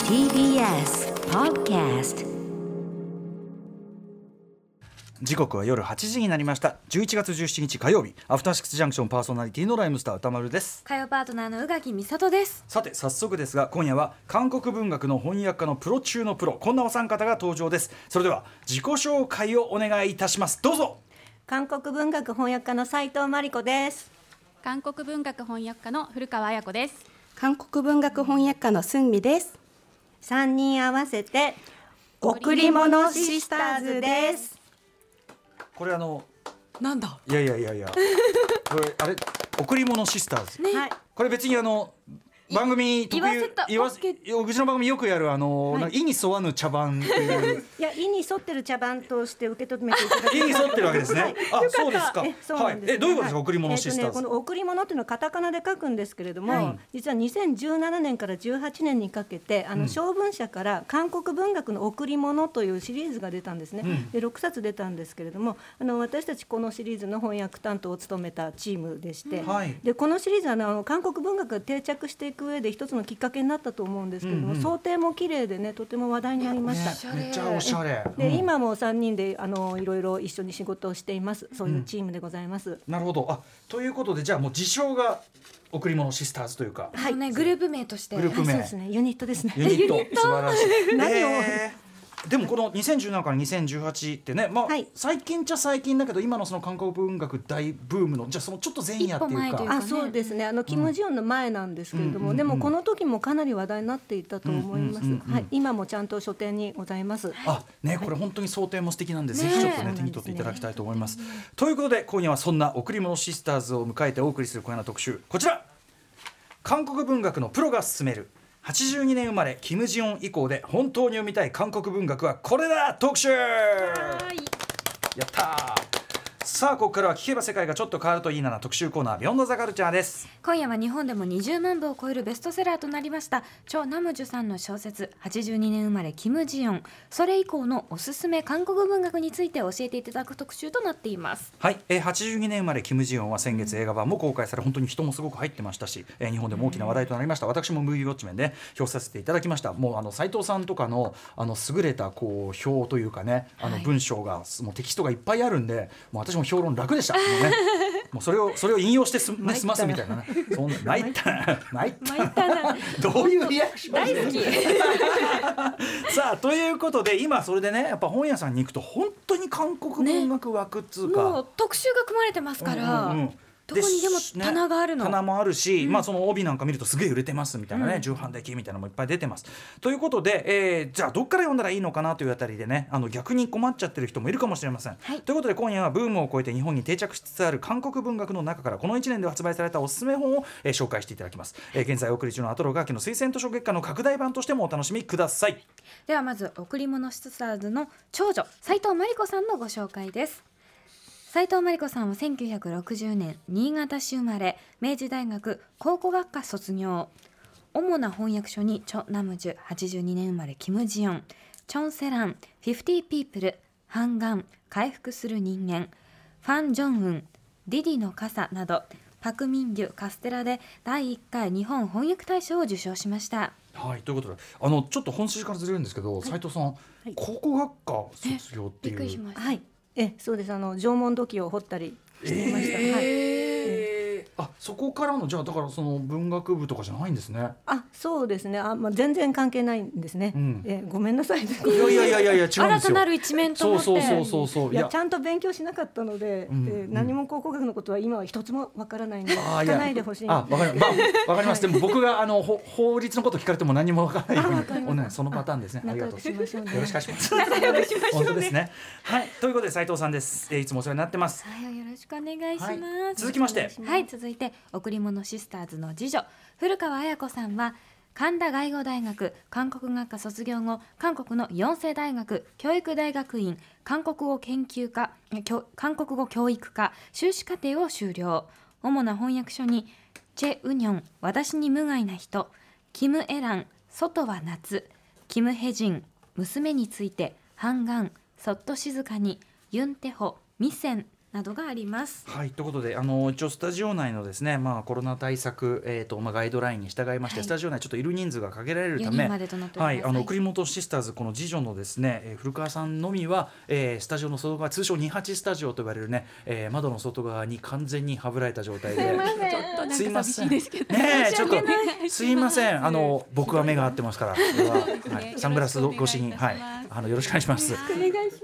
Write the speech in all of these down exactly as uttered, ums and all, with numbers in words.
ティービーエス Podcast。 時刻は夜はちじになりました。じゅういちがつじゅうしちにち火曜日、アフターシックスジャンクションパーソナリティのライムスター歌丸です。 火曜パートナーの宇垣美里です。 さて早速ですが、今夜は韓国文学の翻訳家のプロ中のプロ、こんなお三方が登場です。それでは自己紹介をお願いいたします。どうぞ。 韓国文学翻訳家の斉藤真理子です。 韓国文学翻訳家の古川彩子です。 韓国文学翻訳家のスンミです。 さんにん合わせて贈り物シスターズです。 これあのなんだいやいやいやいやこれあれ贈り物シスターズ、 ね、はい、 これ別にあの番組特有言わせた言わせうちの番組よくやるあの、はい、なんか意に沿わぬ茶番といういや意に沿ってる茶番として受け止めていただき意に沿ってるわけですね、はい、あそうですか。 えそうなんです、ね、 はい、えどういうことですか、贈り物シスターズ、 えーとね、この贈り物というのはカタカナで書くんですけれども、はい、実はにせんじゅうななねんからじゅうはちねんにかけてあの小文社から韓国文学の贈り物というシリーズが出たんですね、うん、でろくさつ出たんですけれども、あの私たちこのシリーズの翻訳担当を務めたチームでして、うん、はい、でこのシリーズはあの韓国文学が定着していく上で一つのきっかけになったと思うんですけれども、うんうん、想定も綺麗でね、とても話題になりました、 ね、めっちゃおしゃれで、 うん、 今もさんにんであのいろいろ一緒に仕事をしています。そういうチームでございます、うん、 なるほど。あということで、じゃあもう自称が贈り物シスターズというか、 はい、ね、グループ名としてグループ名、 はい、そうですね、ユニットですね。 ユニット素晴らしい何を、 えーでもこのにせんじゅうななからにせんじゅうはちってね、まあはい、最近っちゃ最近だけど、今のその韓国文学大ブームのじゃあそのちょっと前夜っていうか、 いうか、ね、 あそうですね、あのキム・ジヨンの前なんですけれども、うんうんうんうん、でもこの時もかなり話題になっていたと思います、うんうんうんうん、はい、今もちゃんと書店にございます。 あ、ね、これ本当に想定も素敵なんで、ね、ぜひちょっとね手に取っていただきたいと思います、ね、ということで今夜はそんな贈り物シスターズを迎えてお送りする今夜の特集、こちら、韓国文学のプロが勧めるはちじゅうにねん生まれキム・ジヨン以降で本当に読みたい韓国文学はこれだ特集。やったー。さあここからは聞けば世界がちょっと変わるといいなな特集コーナー、ビヨンドザカルチャーです。 今夜は日本でもにじゅうまんぶを超えるベストセラーとなりましたチョ・ナムジュさんの小説はちじゅうにねん生まれキム・ジヨン、それ以降のおすすめ韓国文学について教えていただく特集となっています。 はい、えー、はちじゅうにねん生まれキム・ジヨンは先月映画版も公開され、本当に人もすごく入ってましたし、えー、日本でも大きな話題となりました。私もムービーウォッチメンで表させていただきました。もうあの斉藤さんとかのあの優れたこう表というかね、あの文章が、はい、もうテキストがいっぱいあるんで、もう私も評論楽でした。もうね、もうそれをそれを引用してす、ね、済ますみたいなね。そんな泣いたな泣いたなどういうリアクション大好きさあということで、今それでね、やっぱ本屋さんに行くと本当に韓国文学枠っつうか、 ね、もう特集が組まれてますから、うんうんうん、どこにでも棚があるの、 ね、棚もあるし、うん、まあ、その帯なんか見るとすげえ売れてますみたいなね、うん、重版的みたいなのもいっぱい出てますということで、えー、じゃあどっから読んだらいいのかなというあたりでね、あの逆に困っちゃってる人もいるかもしれません、はい、ということで今夜はブームを超えて日本に定着しつつある韓国文学の中からこのいちねんで発売されたおすすめ本を、えー、紹介していただきます、えー、現在お送り中のアトロガーキの推薦図書月間の拡大版としてもお楽しみください。 ではまず贈り物シスターズの長女斉藤真理子さんのご紹介です。斉藤真理子さんはせんきゅうひゃくろくじゅうねん新潟市生まれ、明治大学考古学科卒業。主な翻訳書にチョ・ナムジュはちじゅうにねん生まれキム・ジヨン、チョン・セラン、フィフティーピープル、ハンガン、回復する人間、ファン・ジョンウン、ディディの傘など、パク・ミンギュ、カステラでだいいっかい日本翻訳大賞を受賞しました。 はい、ということで、あのちょっと本筋からずれるんですけど、斉、はい、藤さん、はい、考古学科卒業っていう。 びっくりしました。 はい、えそうです、あの縄文土器を掘ったりしていました、 えーはいあそこからのじゃあだからその文学部とかじゃないんですね。 あそうですね、あ、まあ、全然関係ないんですね、うん、えごめんなさい。いやいやいやいやいや違うんですよ。 新たなる一面と思って、 そうそうそうそう、 いやちゃんと勉強しなかったので、うんえー、何も考古学のことは今は一つもわからないので聞かないでほしい。 あわかり、まあ、わかります、はい、でも僕があの法律のこと聞かれても何もわからないようにお、ね、そのパターンですね。ありがとう、 しましょうね、 よろしくお願いします。仲良くしましょうね。本当ですね。はい、ということで斉藤さんです、えー、いつもお世話になってます。 はい、よろしくお願いします、はい、 続きましてはい続いて贈り物シスターズの次女古川彩子さんは神田外語大学韓国学科卒業後、韓国のヨンセ大学教育大学院韓国語研究科韓国語教育科修士課程を修了。主な翻訳書にチェ・ウニョン私に無害な人、キム・エラン外は夏、キム・ヘジン娘について、ハンガンそっと静かに、ユン・テホミセンなどがあります。 はい、ということであの一応スタジオ内のですね、まあ、コロナ対策、えーとまあ、ガイドラインに従いまして、はい、スタジオ内ちょっといる人数が限られるため、 までとなっております。 はい、あの栗本シスターズこの次女のですね、えー、古川さんのみは、えー、スタジオの外側通称にじゅうはちスタジオと呼ばれるね、えー、窓の外側に完全にはぶられた状態で、 すいません、ちょっとなんか寂しいですけど、 ねえちょっとすいません、あの僕は目が合ってますから、これは、はい、サングラス越しに、はい、あのよろしくお願いします。 お願いします。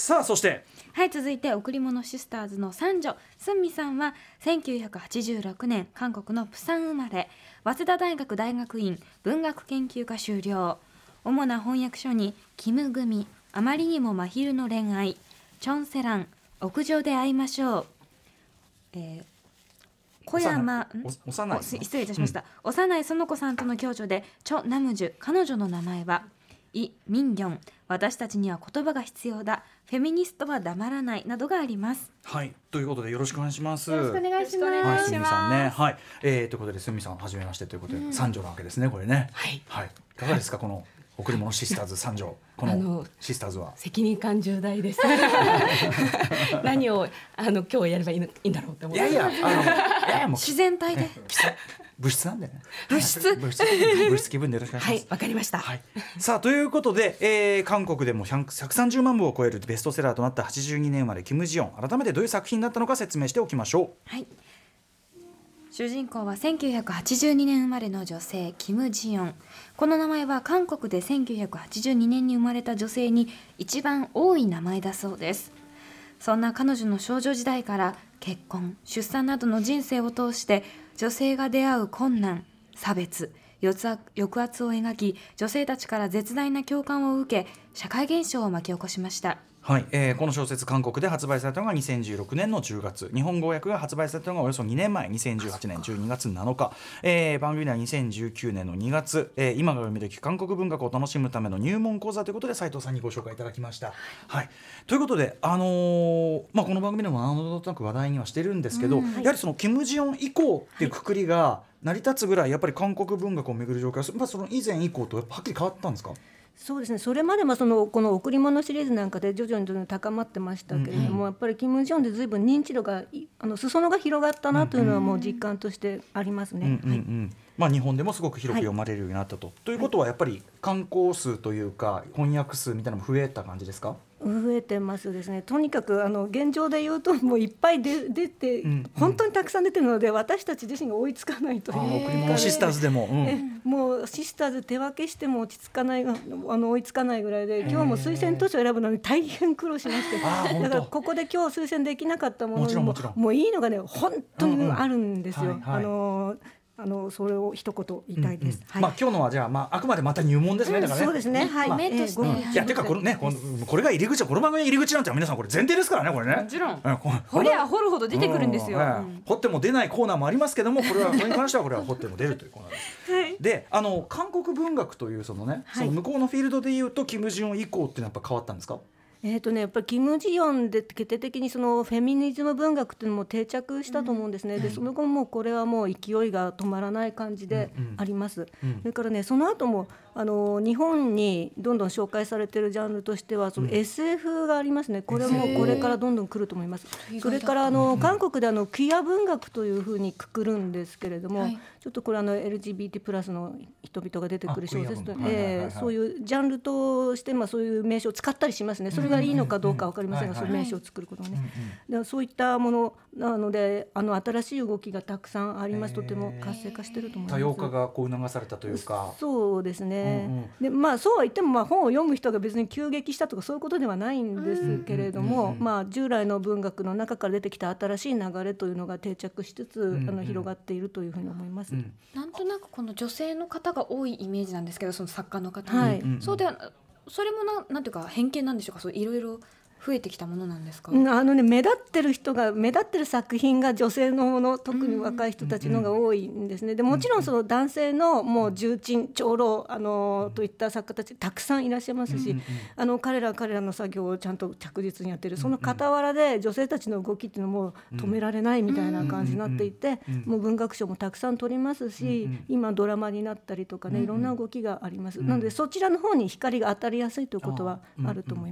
さあそしてはい、続いて贈り物シスターズの三女スンミさんはせんきゅうひゃくはちじゅうろくねん韓国のプサン生まれ、早稲田大学大学院文学研究科修了。主な翻訳書にキム組、あまりにも真昼の恋愛、チョンセラン、屋上で会いましょう、えー、小山幼い失礼いたしました、うん、幼い園子さんとの共著でチョ・ナムジュ、彼女の名前はイ・ミンギョン、私たちには言葉が必要だ、フェミニストは黙らないなどがあります。 はい、ということでよろしくお願いします。 よろしくお願いします。 はい、すみさんね、はい、えー、ということでスミさんはじめましてということで、うん、三女なわけですね、これね。 はい、 はい、いかがですか、この贈り物シスターズ三女、このシスターズは責任感重大です。何をあの今日やればいいのいいんだろうって思って。 いやいや、あのいやいやもう自然体で。 物質なんでね。 物質物質物質気分でよろしくお願いします。 はい、わかりました。 はい、さあということで、えー、韓国でもひゃくさんじゅうまんぶを超えるベストセラーとなったはちじゅうにねん生まれキム・ジヨン、改めてどういう作品だったのか説明しておきましょう。 はい、主人公はせんきゅうひゃくはちじゅうにねん生まれの女性キム・ジヨン。この名前は韓国でせんきゅうひゃくはちじゅうにねんに生まれた女性に一番多い名前だそうです。そんな彼女の少女時代から結婚、出産などの人生を通して女性が出会う困難、差別、抑圧を描き、女性たちから絶大な共感を受け、社会現象を巻き起こしました。 はい、えー、この小説韓国で発売されたのがにせんじゅうろくねんのじゅうがつ、日本語訳が発売されたのがおよそにねんまえにせんじゅうはちねんじゅうにがつなのか、えー、番組ではにせんじゅうきゅうねんのにがつ、えー、今が読み時韓国文学を楽しむための入門講座ということで斉藤さんにご紹介いただきました。はい、ということで、あのーまあ、この番組でも何度となく話題にはしてるんですけど、うん、やはりそのキム・ジヨン以降っていうくくりが成り立つぐらいやっぱり韓国文学をめぐる状況は、まあ、その以前以降とはっきり変わったんですか。 そうですね、それまでもそのこの贈り物シリーズなんかで徐々に徐々に高まってましたけれども、うんうん、やっぱりキム・ジヨンで随分認知度があの裾野が広がったなというのはもう実感としてありますね。 うんうんうん、はい、まあ、日本でもすごく広く読まれるようになったと、はい、ということはやっぱり刊行数というか翻訳数みたいなのも増えた感じですか。 増えてますですね。とにかくあの現状で言うともういっぱいで出て、うんうん、本当にたくさん出てるので私たち自身が追いつかないというか、ね、 贈り物シスターズでも、うん、 えもうシスターズ手分けしても落ち着かないあの追いつかないぐらいで、今日も推薦図書を選ぶのに大変苦労しまして、だからここで今日推薦できなかったものもももういいのがね本当にあるんですよ。あのあのそれを一言言いたいです。うんうん、はい、 まあ、今日のはじゃあ、まあ、あくまでまた入門ですね。うん、だからね。 そうですね。はい。まあ、 えー、 いやてかこれね、このこれが入り口、この番組の入り口なんて皆さんこれ前提ですからね、これね。 もちろん。掘りゃ掘るほど出てくるんですよ。うんうん、 掘っても出ないコーナーもありますけども、これはこれに関してはこれは掘っても出るというコーナーです。はい、で、あの韓国文学というそのね、その向こうのフィールドでいうとキム・ジヨン以降っていうのはやっぱ変わったんですか。 えーとね、やっぱりキム・ジヨンで決定的にそのフェミニズム文学っていうのも定着したと思うんですね。うん、でその後もこれはもう勢いが止まらない感じであります。うんうん、それからね、その後もあの日本にどんどん紹介されているジャンルとしてはその エスエフ がありますね。これもこれからどんどん来ると思います。それからあの韓国であのクィア文学というふうにくくるんですけれども、はい、ちょっとこれあの エルジービーティー プラスの人々が出てくる小説と、えー、そういうジャンルとして、まあ、そういう名称を使ったりしますね。それがいいのかどうか分かりませんが、そういう名称を作ることはね、うんうん、そういったものなので、あの新しい動きがたくさんあります。とても活性化していると思います。 多様化がこう促されたというか。 そうですね。うんうん、でまあ、そうは言っても、まあ、本を読む人が別に急激したとかそういうことではないんですけれども、うんうんうん、まあ、従来の文学の中から出てきた新しい流れというのが定着しつつ、うんうん、あの広がっているというふうに思います。うん、 なんとなくこの女性の方が多いイメージなんですけど、その作家の方に、 はい、 そうではそれも な, なんていうか偏見なんでしょうか。そういろいろ増えてきたものなんですか。 あの、ね、目立ってる人が目立ってる作品が女性のもの、特に若い人たちのが多いんですね。でもちろんその男性のもう重鎮長老あのといった作家たちたくさんいらっしゃいますし、あの彼らは彼らの作業をちゃんと着実にやってる。その傍らで女性たちの動きっていうのも止められないみたいな感じになっていて、もう文学賞もたくさん取りますし、今ドラマになったりとかね、いろんな動きがあります。なのでそちらの方に光が当たりやすいということはあると思います。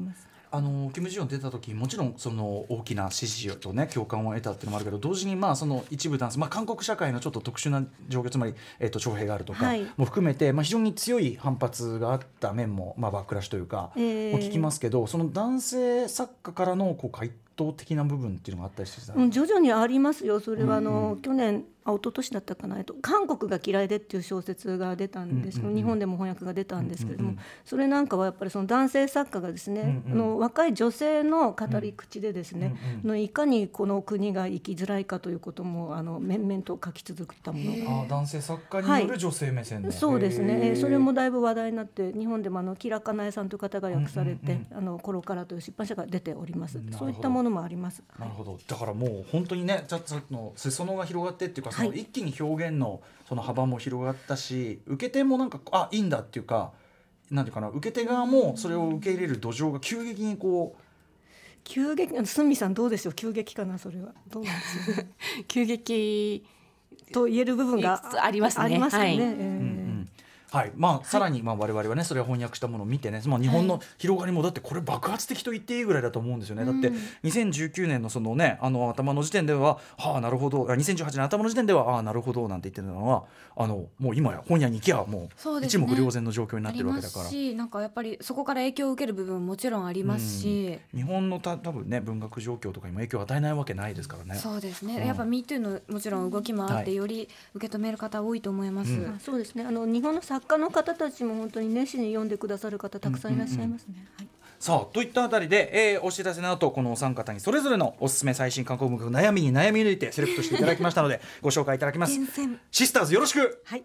あのキム・ジヨン出た時もちろんその大きな支持とね共感を得たっていうのもあるけど、同時にまあその一部ダンス、まあ、韓国社会のちょっと特殊な状況、つまり、えー、と徴兵があるとかはいも含めて、まあ、非常に強い反発があった面も、まあ、バックラッシュというか、 えーも聞きますけど、その男性作家からのこう回答的な部分っていうのがあったりしてた、 うん、徐々にありますよ。それはあの、 うんうん去年あ一昨年だったかな、えっと、韓国が嫌いでっていう小説が出たんですけど、 うんうんうん日本でも翻訳が出たんですけれども、 うんうんうんそれなんかはやっぱりその男性作家がですね、 うんうんあの若い女性の語り口でですね、 うんうんあのいかにこの国が生きづらいかということもあの面々と書き続けたものがあ男性作家による女性目線で、 そうですね、 へーそれもだいぶ話題になって日本でもあの木良かなえさんという方が訳されて、 うんうんあのコロカラという出版社が出ておりますなるほ。どそういったものもあります。 なるほど。だからもう本当にね、ちょっとの裾野が広がってっていうか、そのはい一気に表現のその幅も広がったし、受け手もなんかあいいんだっていうか、なんていうかな、受け手側もそれを受け入れる土壌が急激にこう。 急激、あのすみさんどうでしょう、急激かな、それはどうなんですか急激と言える部分がありますねありますよね、 はいえーうんうんはい、まあさらにまあ我々はねそれを翻訳したものを見てね、まあ、日本の広がりもだってこれ爆発的と言っていいぐらいだと思うんですよね。だってにせんじゅうきゅうねんのそのねあの頭の時点でははあなるほど、にせんじゅうはちねん頭の時点ではああなるほどなんて言ってるのはあのもう今や本屋に行きゃもうそうですね一目瞭然の状況になありますってるわけだから。 し、なんかやっぱりそこから影響を受ける部分ももちろんありますし、 日本のた多分ね文学状況とかにも影響を与えないわけないですからね。 そうですね、 うんやっぱ ミートゥー のもちろん動きもあって、 はいより受け止める方多いと思います、 うんあそうですね、あの日本の作家の方たちも本当に熱心に読んでくださる方たくさんいらっしゃいますね、はいさあといったあたりで、えーお知らせの後このお三方にそれぞれのおすすめ最新韓国文学の悩みに悩み抜いてセレクトしていただきましたのでご紹介いただきます。 厳選シスターズよろしく。 はい、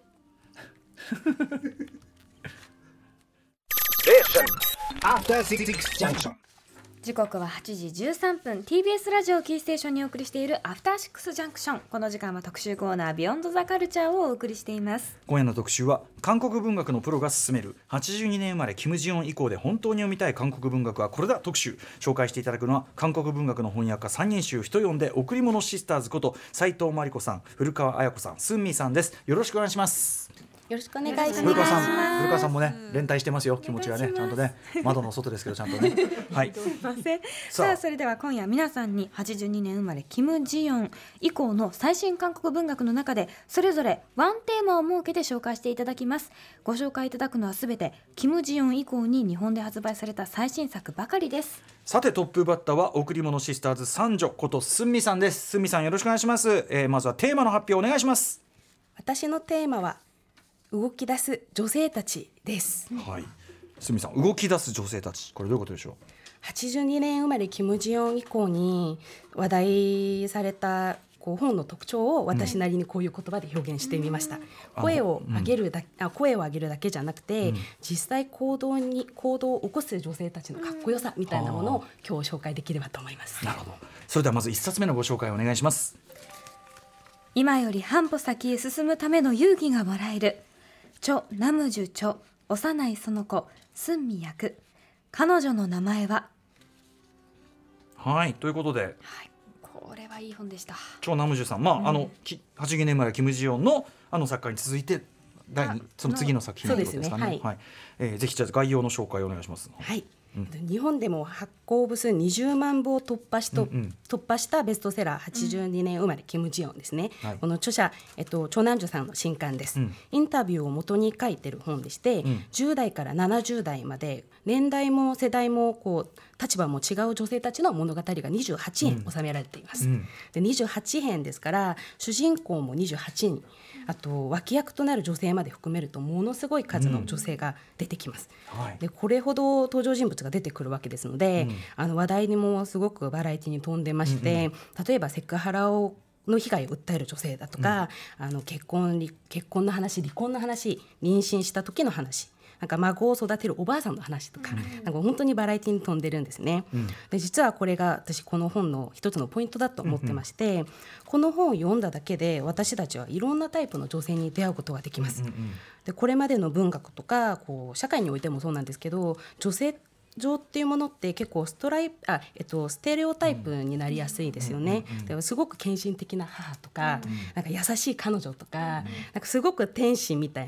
After Six Junction. 時刻ははちじじゅうさんぷん、 ティービーエス ラジオキーステーションにお送りしているアフターシックスジャンクション。この時間は特集コーナービヨンドザカルチャーをお送りしています。 今夜の特集は韓国文学のプロが勧めるはちじゅうにねん生まれキム・ジヨン以降で本当に読みたい韓国文学はこれだ特集。紹介していただくのは韓国文学の翻訳家さんにん衆人呼んで贈り物シスターズこと斉藤真理子さん、古川彩子さん、スンミーさんです。よろしくお願いします。 よろしくお願いします。 古川さん、古川さんもね連帯してますよ。気持ちはねちゃんとね窓の外ですけどちゃんとねはい。 すいません。 ささああそれでは今夜皆さんにはちじゅうにねん生まれキム・ジヨン以降の最新韓国文学の中でそれぞれワンテーマを設けて紹介していただきます。ご紹介いただくのはすべてキム・ジヨン以降に日本で発売された最新作ばかりです。 さてトップバッターは贈り物シスターズ三女ことスンミさんです。スンミさんよろしくお願いします。えー、まずはテーマの発表お願いします。 私のテーマは動き出す女性たちです。 はい。スンミさん動き出す女性たち、これどういうことでしょう。 はちじゅうにねん生まれキム・ジヨン以降に話題されたこう本の特徴を私なりにこういう言葉で表現してみました。声を上げるだ、あ声を上げるだけじゃなくて、実際行動に行動を起こす女性たちのかっこよさみたいなものを今日紹介できればと思います。 なるほど。それではまず一冊目のご紹介をお願いします。 今より半歩先へ進むための勇気がもらえるチョ・ナムジュチョ、幼いその子スンミ役、彼女の名前は。 はいということではい、これはいい本でした。 チョ・ナムジュさん、まあ、うん、あのきはちじゅうにねん生まれキム・ジヨンのあの作家に続いて第二その次の作品ということですかね。はいはい、えー、ぜひじゃあ概要の紹介をお願いします。 はいうん、日本でも発行部数にじゅうまんぶを突破しと、うんうん、突破したベストセラーはちじゅうにねん生まれ、うん、キム・ジヨンですね、はい、この著者、えっと、チョ・ナムジュさんの新刊です、うん、インタビューを元に書いてる本でして、うん、じゅう代からななじゅう代まで年代も世代もこう立場も違う女性たちの物語がにじゅうはち編収められています、うん、でにじゅうはち編ですから主人公もにじゅうはちにん、あと脇役となる女性まで含めるとものすごい数の女性が出てきます、うんはい、でこれほど登場人物が出てくるわけですので、うん、あの話題にもすごくバラエティに富んでまして、うんうん、例えばセクハラをの被害を訴える女性だとか、うん、あの結婚、結婚の話、離婚の話、妊娠した時の話、なんか孫を育てるおばあさんの話とか、うん、なんか本当にバラエティに富んでるんですね、うん、で実はこれが私この本の一つのポイントだと思ってまして、うんうん、この本を読んだだけで私たちはいろんなタイプの女性に出会うことができます、うんうん、でこれまでの文学とかこう社会においてもそうなんですけど、女性情っていうものって結構ストライあ、えっと、ステレオタイプになりやすいですよね、うんうんうん、でもすごく献身的な母とか、うん、なんか優しい彼女とか、うん、なんかすごく天使みたいな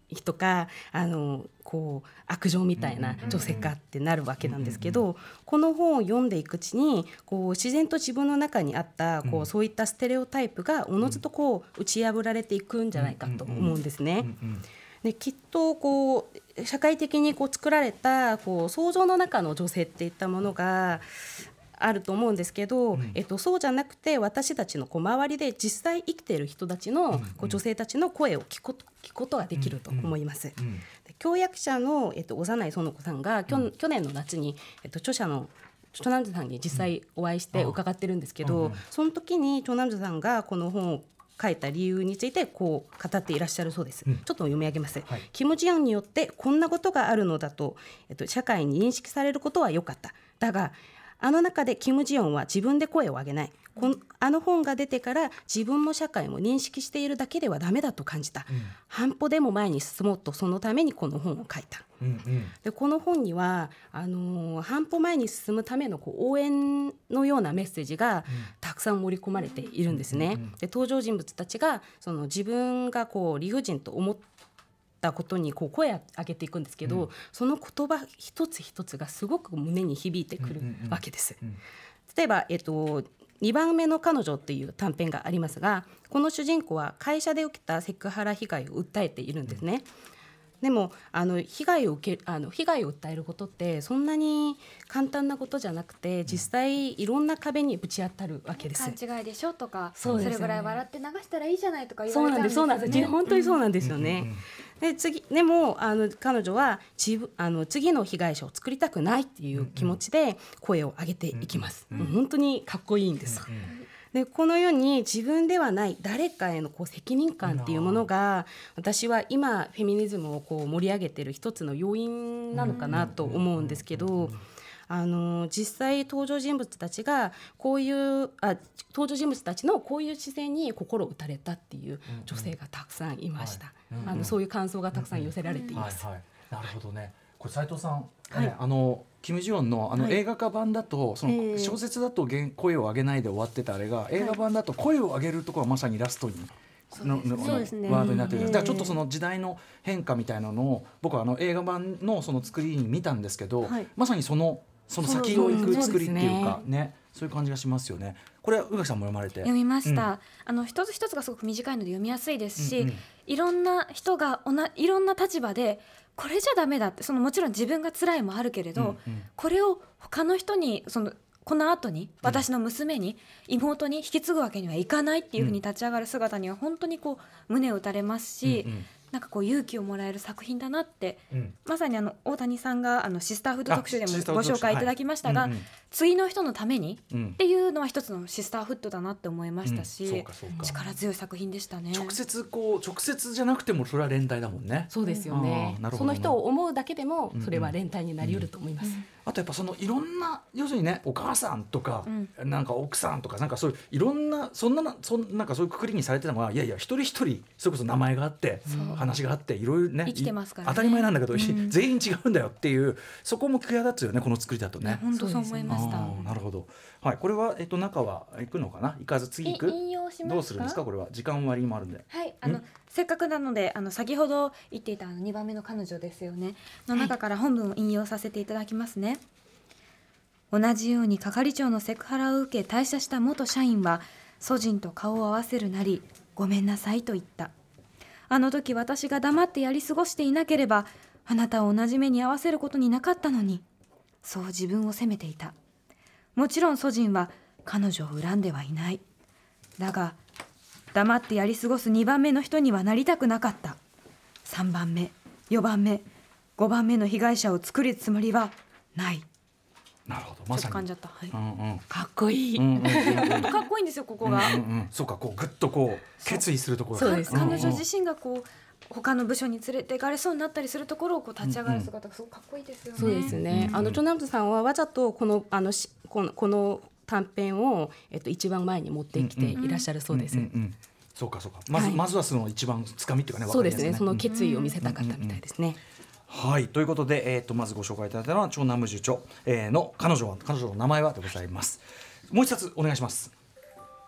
人かあのこう悪女みたいな女性かってなるわけなんですけど、この本を読んでいくうちにこう自然と自分の中にあったこうそういったステレオタイプがおのずとこう打ち破られていくんじゃないかと思うんですね。できっとこう社会的にこう作られたこう想像の中の女性っていったものがあると思うんですけど、うんえっと、そうじゃなくて私たちのこう周りで実際生きている人たちの、うん、こう女性たちの声を聞くこと、聞くことができると思います。うんうん、で教訳者の、えっと、小山内園子さんが、うん、去年の夏に、えっと、著者のチョナンジュさんに実際お会いして伺ってるんですけど、うん、その時にチョナンジュさんがこの本を書いた理由についてこう語っていらっしゃるそうです。うん、ちょっと読み上げます。はい、キム・ジヨンによってこんなことがあるのだと、えっと、社会に認識されることは良かった。だがあの中でキム・ジヨンは自分で声を上げない。このあの本が出てから自分も社会も認識しているだけではダメだと感じた。うん、半歩でも前に進もうとそのためにこの本を書いた。うんうん、でこの本にはあのー、半歩前に進むためのこう応援のようなメッセージがたくさん盛り込まれているんですね。うんうん、で登場人物たちがその自分がこう理不尽と思ったことにこう声を上げていくんですけど、うん、その言葉一つ一つがすごく胸に響いてくるわけです。うんうんうん、例えば、えっと、にばんめの彼女っていう短編がありますが、この主人公は会社で起きたセクハラ被害を訴えているんですね。うんでもあの被害を受けあの被害を訴えることってそんなに簡単なことじゃなくて、実際いろんな壁にぶち当たるわけです。 勘違いでしょとか、 そうですよね、 それぐらい笑って流したらいいじゃないとか言われちゃうんですよね。そうなんです、そうなんです。本当にそうなんですよね。うんうん、で次でもあの彼女は自分あの次の被害者を作りたくないっていう気持ちで声を上げていきます。うんうん、もう本当にかっこいいんです。うんうんでこのように自分ではない誰かへのこう責任感っていうものが、私は今フェミニズムをこう盛り上げている一つの要因なのかなと思うんですけど、あの実際登場人物たちがこういうあ登場人物たちのこういう視線に心を打たれたっていう女性がたくさんいました。あのそういう感想がたくさん寄せられています。 はいはい、なるほどね。これ斉藤さん、はいね、あのキム・ジヨン の, あの映画化版だと、はい、その小説だと声を上げないで終わってたあれが、映画版だと声を上げるところはまさにラストにののワードになってる。だからちょっとその時代の変化みたいなのを僕はあの映画版 の, その作りに見たんですけど、はい、まさにそのその先を行く作りっていうかね、そういう感じがしますよね。これは宇垣さんも読まれて。 読みました。うん、あの一つ一つがすごく短いので読みやすいですし、うんうん、いろんな人がおないろんな立場でこれじゃダメだって、そのもちろん自分が辛いもあるけれど、うんうん、これを他の人にそのこの後に私の娘に、うん、妹に引き継ぐわけにはいかないっていう風に立ち上がる姿には本当にこう胸を打たれますし、うんうん、なんかこう勇気をもらえる作品だなって、うん、まさにあの大谷さんがあのシスターフード特集でもご紹介いただきましたが、はいうんうん、次の人のためにっていうのは一つのシスターフッドだなって思いましたし、うん、そうかそうか、力強い作品でしたね。 直接こう直接じゃなくてもそれは連帯だもんね。 そうですよね。うん、その人を思うだけでもそれは連帯になりうると思います。うんうん、 あとやっぱそのいろんな要するにね、お母さんとか、うん、なんか奥さんとかなんかそういういろんなそんなそんなんかそういうくくりにされてたのが、いやいや一人一人それこそ名前があって、うん、話があっていろいろね、 生きてますからね、 当たり前なんだけど、うん、全員違うんだよっていう、そこも際立つよね、この作りだとね。 本当そう思いました。 なるほど。はい、これはえっと中は行くのかな、行かず次行く。 引用しますか。 どうするんですかこれは。時間割もあるんで。 はい、あのせっかくなのであの先ほど言っていたあのにばんめの彼女ですよねの中から本文を引用させていただきますね。はい、同じように係長のセクハラを受け退社した元社員は祖人と顔を合わせるなり、ごめんなさいと言った。あの時私が黙ってやり過ごしていなければあなたを同じ目に合わせることになかったのに、そう自分を責めていた。もちろん祖人は彼女を恨んではいない。だが黙ってやり過ごすにばんめの人にはなりたくなかった。さんばんめ、よばんめ、ごばんめの被害者を作るつもりはない。 なるほど、まさにちょっと噛んじゃった、はい、 うんうん、かっこいい、 うんうん、かっこいいんですよここが、 うんうんうん、そうか、こうグッとこう決意するところ、 そうです、彼女自身がこう他の部署に連れて行かれそうになったりするところをこう立ち上がる姿がすごくかっこいいですよね。 そうですね、うんうん、あのチョナムズさんはわざとこのあのしこのこの短編を、えっと、一番前に持ってきていらっしゃるそうです。 そうかそうか、まず、はい、まずはその一番つかみっていうかね、 そうですね、その決意を見せたかったみたいですね。 はい、ということで、えー、とまずご紹介いただいたのは長南無受著、えー、の彼女は彼女の名前はでございます。もう一冊お願いします。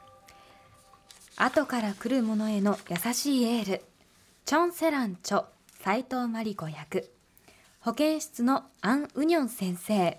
後から来る者への優しいエール、チョンセラン著斉藤真理子役、保健室のアン・ウニョン先生。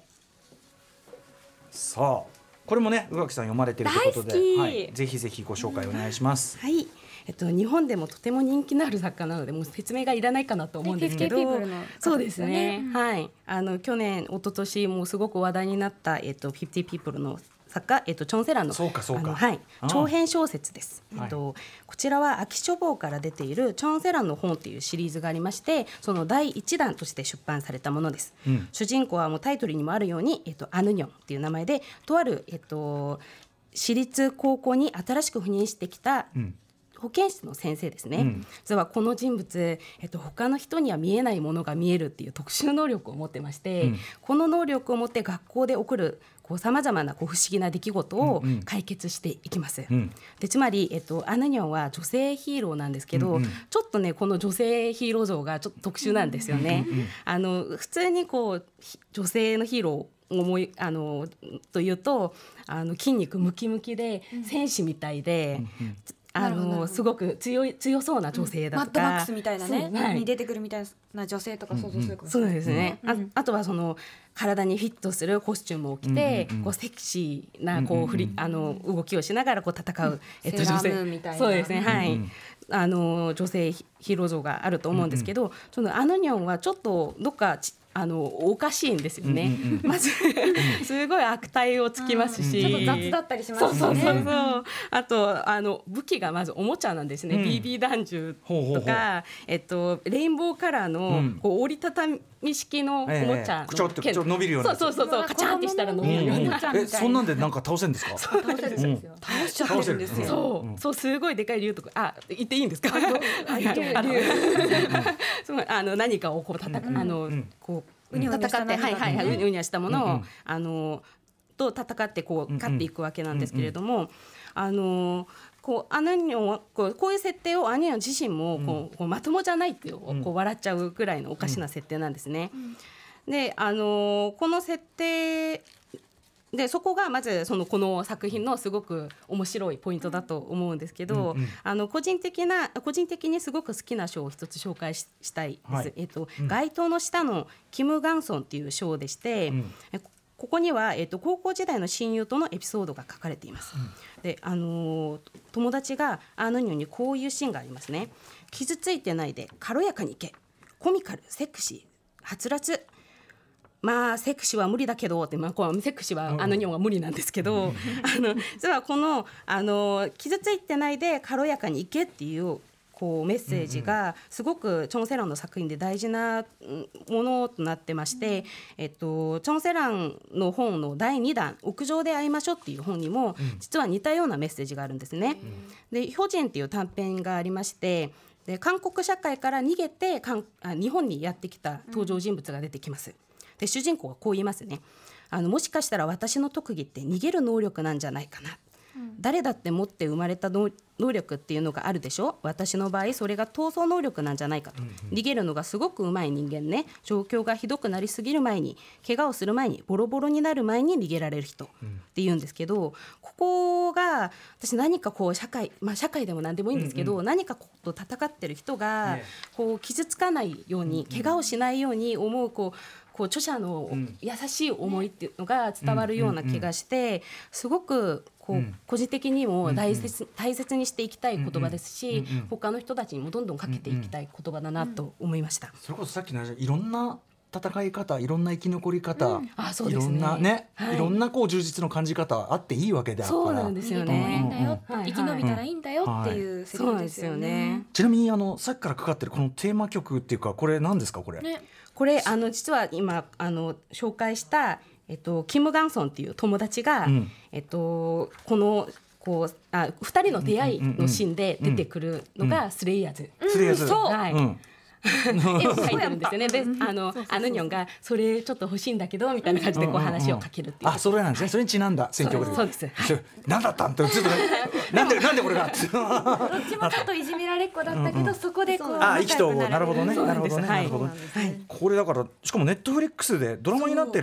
さあこれもね宇垣さん読まれているということで、 大好き、 はい、ぜひぜひご紹介お願いします、 はい、えっと、日本でもとても人気のある作家なのでもう説明がいらないかなと思うんですけど、 フィフティーピープルの方ですよね。 そうですね、 うん、 はい、あの去年一昨年もうすごく話題になった、えっと、フィフティーピープルの作家、えっと、チョン・セランの、 そうかそうか、 あの、はい、長編小説です、 はい、 えっと、こちらは秋書房から出ているチョン・セランの本っていうシリーズがありまして、そのだいいちだんとして出版されたものです、うん、主人公はもうタイトルにもあるように、えっと、アヌニョンっていう名前でとある、えっと、私立高校に新しく赴任してきた、うん、保健室の先生ですね、うん、実はこの人物、えっと、他の人には見えないものが見えるっていう特殊能力を持ってまして、うん、この能力を持って学校で起こるさまざまなこう不思議な出来事を解決していきます、うんうん、でつまり、えっと、アヌニョンは女性ヒーローなんですけど、うんうん、ちょっとねこの女性ヒーロー像がちょっと特殊なんですよね、うんうんうん、あの普通にこう女性のヒーロー思いあのというとあの筋肉ムキムキで戦士みたいで、うんうん、あのすごく強い強そうな女性だとか、 うん、マッドマックスみたいなね、はい、に出てくるみたいな女性とか想像するかもしれない、 そうですね、うんうん、あ, あとはその体にフィットするコスチュームを着て、うんうんうん、こうセクシーなこう振り、うんうん、あの動きをしながらこう戦う、うん、 えっと、女性みたいな、 そうですね、はい、うんうん、あの女性ヒーロー像があると思うんですけど、うんうん、そのアヌニョンはちょっとどっかちあのおかしいんですよね、うんうんうん、まずすごい悪態をつきますし、 ちょっと雑だったりしますね。 そうそうそうそう、あとあの武器がまずおもちゃなんですね、うん、ビービー 弾銃とか、ほうほうほう、えっと、レインボーカラーの、うん、こう折りたたみ式のおもちゃの、ええ、ちょっとちょっと伸びるような、 そうそうそうカチャンってしたら伸びるような、 うん、えそんなんでなんか倒せるんですか？ 倒せるんですよ、 倒しちゃってるんですよ、 そう、うん、そうすごいでかい竜とか、あ言っていいんですか？あいけるあのあの何かをこう叩く、うん、あの、うん、こう戦って、はいはいはい、うにゅうにゅしたものを、うんうん、あのと戦ってこう勝っていくわけなんですけれども、うんうん、あのこうアヌニョンはこう、こういう設定をアヌニョン自身もこう、うん、こうまともじゃないってこう笑っちゃうくらいのおかしな設定なんですね、うん、であのこの設定でそこがまずそのこの作品のすごく面白いポイントだと思うんですけど、うんうん、あの個人的な個人的にすごく好きな賞を一つ紹介 し, したいです、はい、えっとうん、街灯の下のキム・ガンソンっていう賞でして、うん、ここには、えっと、高校時代の親友とのエピソードが書かれています、うん、であの友達がアヌニョンにこういうシーンがありますね。傷ついてないで軽やかにいけ、コミカル、セクシー、はつらつ、まあセクシーは無理だけどって、まあ、こうセクシーはアヌニョンは無理なんですけど、うん、あの実はこの、あの傷ついてないで軽やかにいけっていうこうメッセージがすごくチョン・セランの作品で大事なものとなってまして、うん、えっと、チョン・セランの本のだいにだん屋上で会いましょうっていう本にも実は似たようなメッセージがあるんですね、うん、でヒョジンっていう短編がありまして、で韓国社会から逃げて韓あ日本にやってきた登場人物が出てきます、うん、で主人公はこう言いますね。あのもしかしたら私の特技って逃げる能力なんじゃないかな、うん、誰だって持って生まれた能力っていうのがあるでしょ。私の場合それが逃走能力なんじゃないかと、うんうん、逃げるのがすごく上手い人間ね。状況がひどくなりすぎる前に、怪我をする前に、ボロボロになる前に逃げられる人って言うんですけど、うん、ここが私何かこう社会、まあ、社会でも何でもいいんですけど、うんうん、何かこと戦ってる人がこう傷つかないように、怪我をしないように思うこうこう著者の優しい思いっていうのが伝わるような気がして、すごくこう個人的にも大切、大切にしていきたい言葉ですし、他の人たちにもどんどんかけていきたい言葉だなと思いました。 それこそさっきのいろんな戦い方、いろんな生き残り方、うん、 あそうですね、 いろんなね、はい、いろんなこう充実の感じ方あっていいわけだから。 そうなんですよね、 うんうん、生き延びたらいいんだよっていうセリフですよね。 ちなみにあのさっきからかかってるこのテーマ曲っていうか、これ何ですかこれ、ね、 これあの実は今あの紹介した、えっと、キム・ガンソンっていう友達が、うん、えっと、このこうあふたりの出会いのシーンで出てくるのがスレイヤーズ、 うんうん、スレイヤーズ、 そう、はい、 うん絵を描いてるんですよね。で、あのアヌニョンがそれちょっと欲しいんだけどみたいな感じでこう話をかけるっていう、 あ、それなんですね。それにちなんだ選曲で。 そうです。 何だったんってちょっとなんでなんでこれがどっちもちょっといじめられっ子だったけど、そこでこうあ、意気投合、なるほどね、なるほどね、 はい、 なるほどね。これだからしかもネットフリックスでドラマになってる。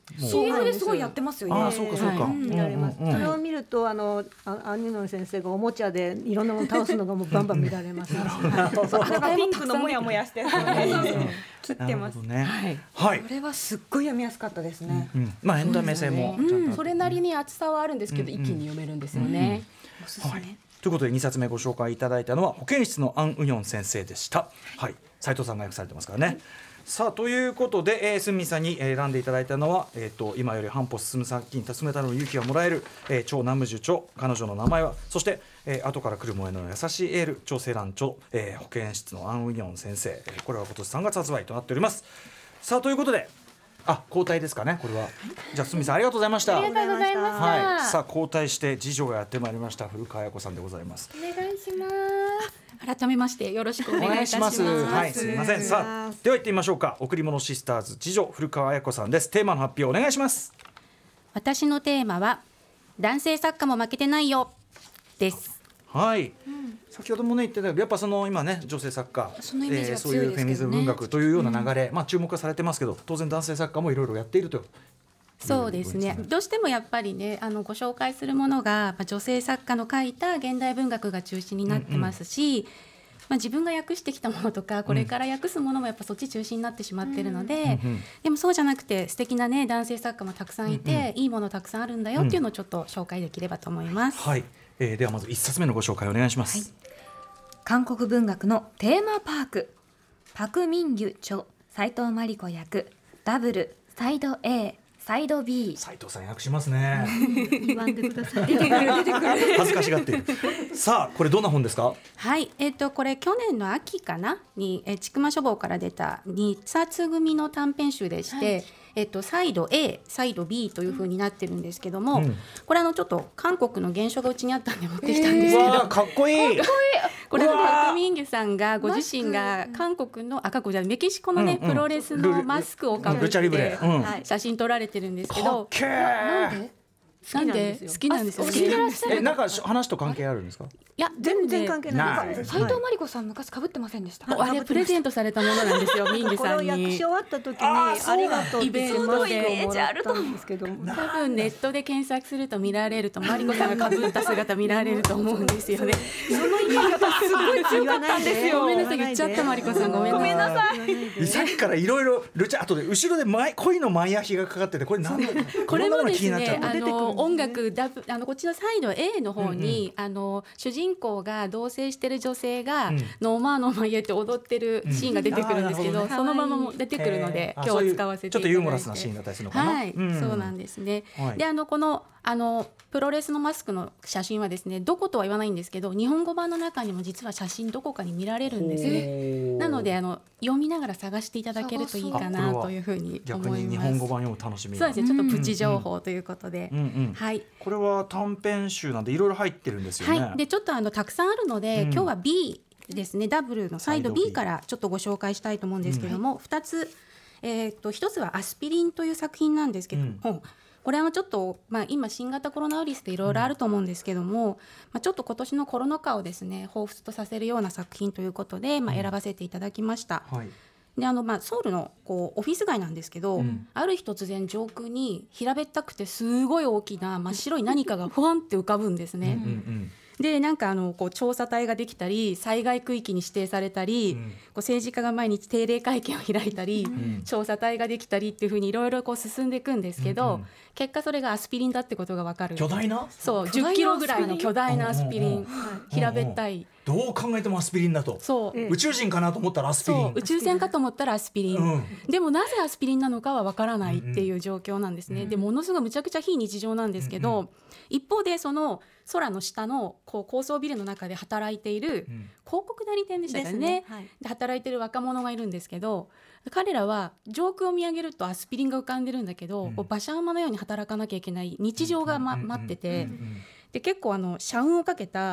もうシーエム ですごいやってますよね。 ああそうかそうか、 はい見られます。 うんうんうんそれを見るとあのあアンニュノン先生がおもちゃでいろんなもの倒すのがもうバンバン見られます。 赤ピンクのモヤモヤしてる切ってます。 なるほどね。 はいはい。 これはすっごい読みやすかったですね。 うん、まあエンタメ性もちゃんとあってそれなりに厚さはあるんですけど、 うん一気に読めるんですよね。 おすすめ。 はい。ということでにさつめご紹介いただいたのは保健室のアン・ウニョン先生でした。はい。斉藤さんが訳されてますからね。さあということで、えー、スンミさんに選んでいただいたのは、えー、と今より半歩進む先に進めたの勇気がもらえる、えー、超南無樹著彼女の名前は、そして、えー、後から来る萌えの優しいエール超セラン著、えー、保健室のアン・ウニョン先生、えー、これは今年さんがつ発売となっております。さあということで、あ交代ですかねこれは。じゃあスンミさんありがとうございました。 ありがとうございました。 はい、さあ交代して次女がやってまいりました古川彩子さんでございます。 お願いします。 改めましてよろしくおお願いいたしま。 願いしますす。はい、すみません。さあ、では行ってみましょうか。贈り物シスターズ次女古川彩子さんです。テーマの発表お願いします。 私のテーマは男性作家も負けてないよです。 はい。先ほどもね言ってたけど、やっぱその今ね女性作家、 そのイメージがそう強いいうフェミニズム文学というような流れ、まあ注目はされてますけど、当然男性作家もいろいろやっていると。 そうですね。どうしてもやっぱりね、あのご紹介するものが、まあ、女性作家の書いた現代文学が中心になってますし、まあ、自分が訳してきたものとかこれから訳すものもやっぱそっち中心になってしまってるので、 うんうんでもそうじゃなくて素敵なね男性作家もたくさんいて、いいものたくさんあるんだよっていうのをちょっと紹介できればと思います。 はい。えー、ではまず一冊目のご紹介お願いします。 韓国文学のテーマパーク、パク・ミンギュ著、斉藤真理子役、ダブル、サイド A、サイド B。 斉藤さん訳しますね。 言わんでください。 恥ずかしがっている。さあこれどんな本ですか。 はい、えっとこれ去年の秋かなにえ千曲書房から出たにさつ組の短編集でして、はい、えっとサイド A、サイド B という風になってるんですけども、うん、これあのちょっと韓国の原書がうちにあったんで持ってきたんですけど、 えー、かっこいい。 これはパク・ミンギュさんがご自身が韓国のあ韓国じゃメキシコのね、うんうん、プロレスのマスクをかぶって、うん、写真撮られてるんですけど、 かっけー。 なんで好きなんですよね。 えなんか話と関係あるんですか。 いや全然関係ないです。 斉藤真理子さん昔被ってませんでした。 あれプレゼントされたものなんですよミンギュさんに。 これを訳し終わった時にありがとうっていうマスクをもらったんですけど、多分ネットで検索すると見られるとマリコさんが被った姿見られると思うんですよね。 その言い方すごい強かったんですよ。 ごめんなさい言っちゃったマリコさんごめんなさい。 さっきからいろいろルチャあとで後ろで前恋の前焼きがかかっててこれ何だこれもですねあの音楽ダブあのこっちのサイド A の方に、うんうん、あの主人公が同棲してる女性が、うん、ノーマーノーマー言って踊ってるシーンが出てくるんですけど、うん、そのままも出てくるので今日使わせていただいて、 ちょっとユーモラスなシーンだったりするのかな。 はい、うん、そうなんですね。 はい、 であのこのあのプロレスのマスクの写真はですねどことは言わないんですけど日本語版の中にも実は写真どこかに見られるんですね。なのであの読みながら探していただけるといいかなというふうに思います。 逆に日本語版読む楽しみ。 そうですねちょっとプチ情報ということで、 うんうん、 はい。 これは短編集なんでいろいろ入ってるんですよね。 はい。でちょっとあのたくさんあるので、うん、今日は B ですねダブルのサイド B からちょっとご紹介したいと思うんですけども、うん、ふたつ、えー、とひとつはアスピリンという作品なんですけども、うん、これはちょっと、まあ、今新型コロナウイルスでいろいろあると思うんですけども、うんまあ、ちょっと今年のコロナ禍をですね彷彿とさせるような作品ということで、まあ、選ばせていただきました。 うんはいであのまあ、ソウルのこうオフィス街なんですけど、うん、ある日突然上空に平べったくてすごい大きな真っ白い何かがふわんって浮かぶんですね。うんうんうんでなんかあのこう調査隊ができたり災害区域に指定されたり、うん、こう政治家が毎日定例会見を開いたり、うん、調査隊ができたりっていう風にいろいろこう進んでいくんですけど、うんうん、結果それがアスピリンだってことが分かる。 巨大なそうじゅっキロぐらいの巨大なアスピリン、平べったい。 どう考えてもアスピリンだと。 そう、 宇宙人かなと思ったらアスピリン。 そう宇宙船かと思ったらアスピリン、うん、でもなぜアスピリンなのかは分からないっていう状況なんですね、うんうん、でものすごいむちゃくちゃ非日常なんですけど、うんうん、一方でその空の下のこう高層ビルの中で働いている広告代理店でしたか ね, ね、はい、で働いている若者がいるんですけど彼らは上空を見上げるとアスピリンが浮かんでるんだけど、うん、こう馬車馬のように働かなきゃいけない日常が、ま、待ってて、で結構あの社運をかけた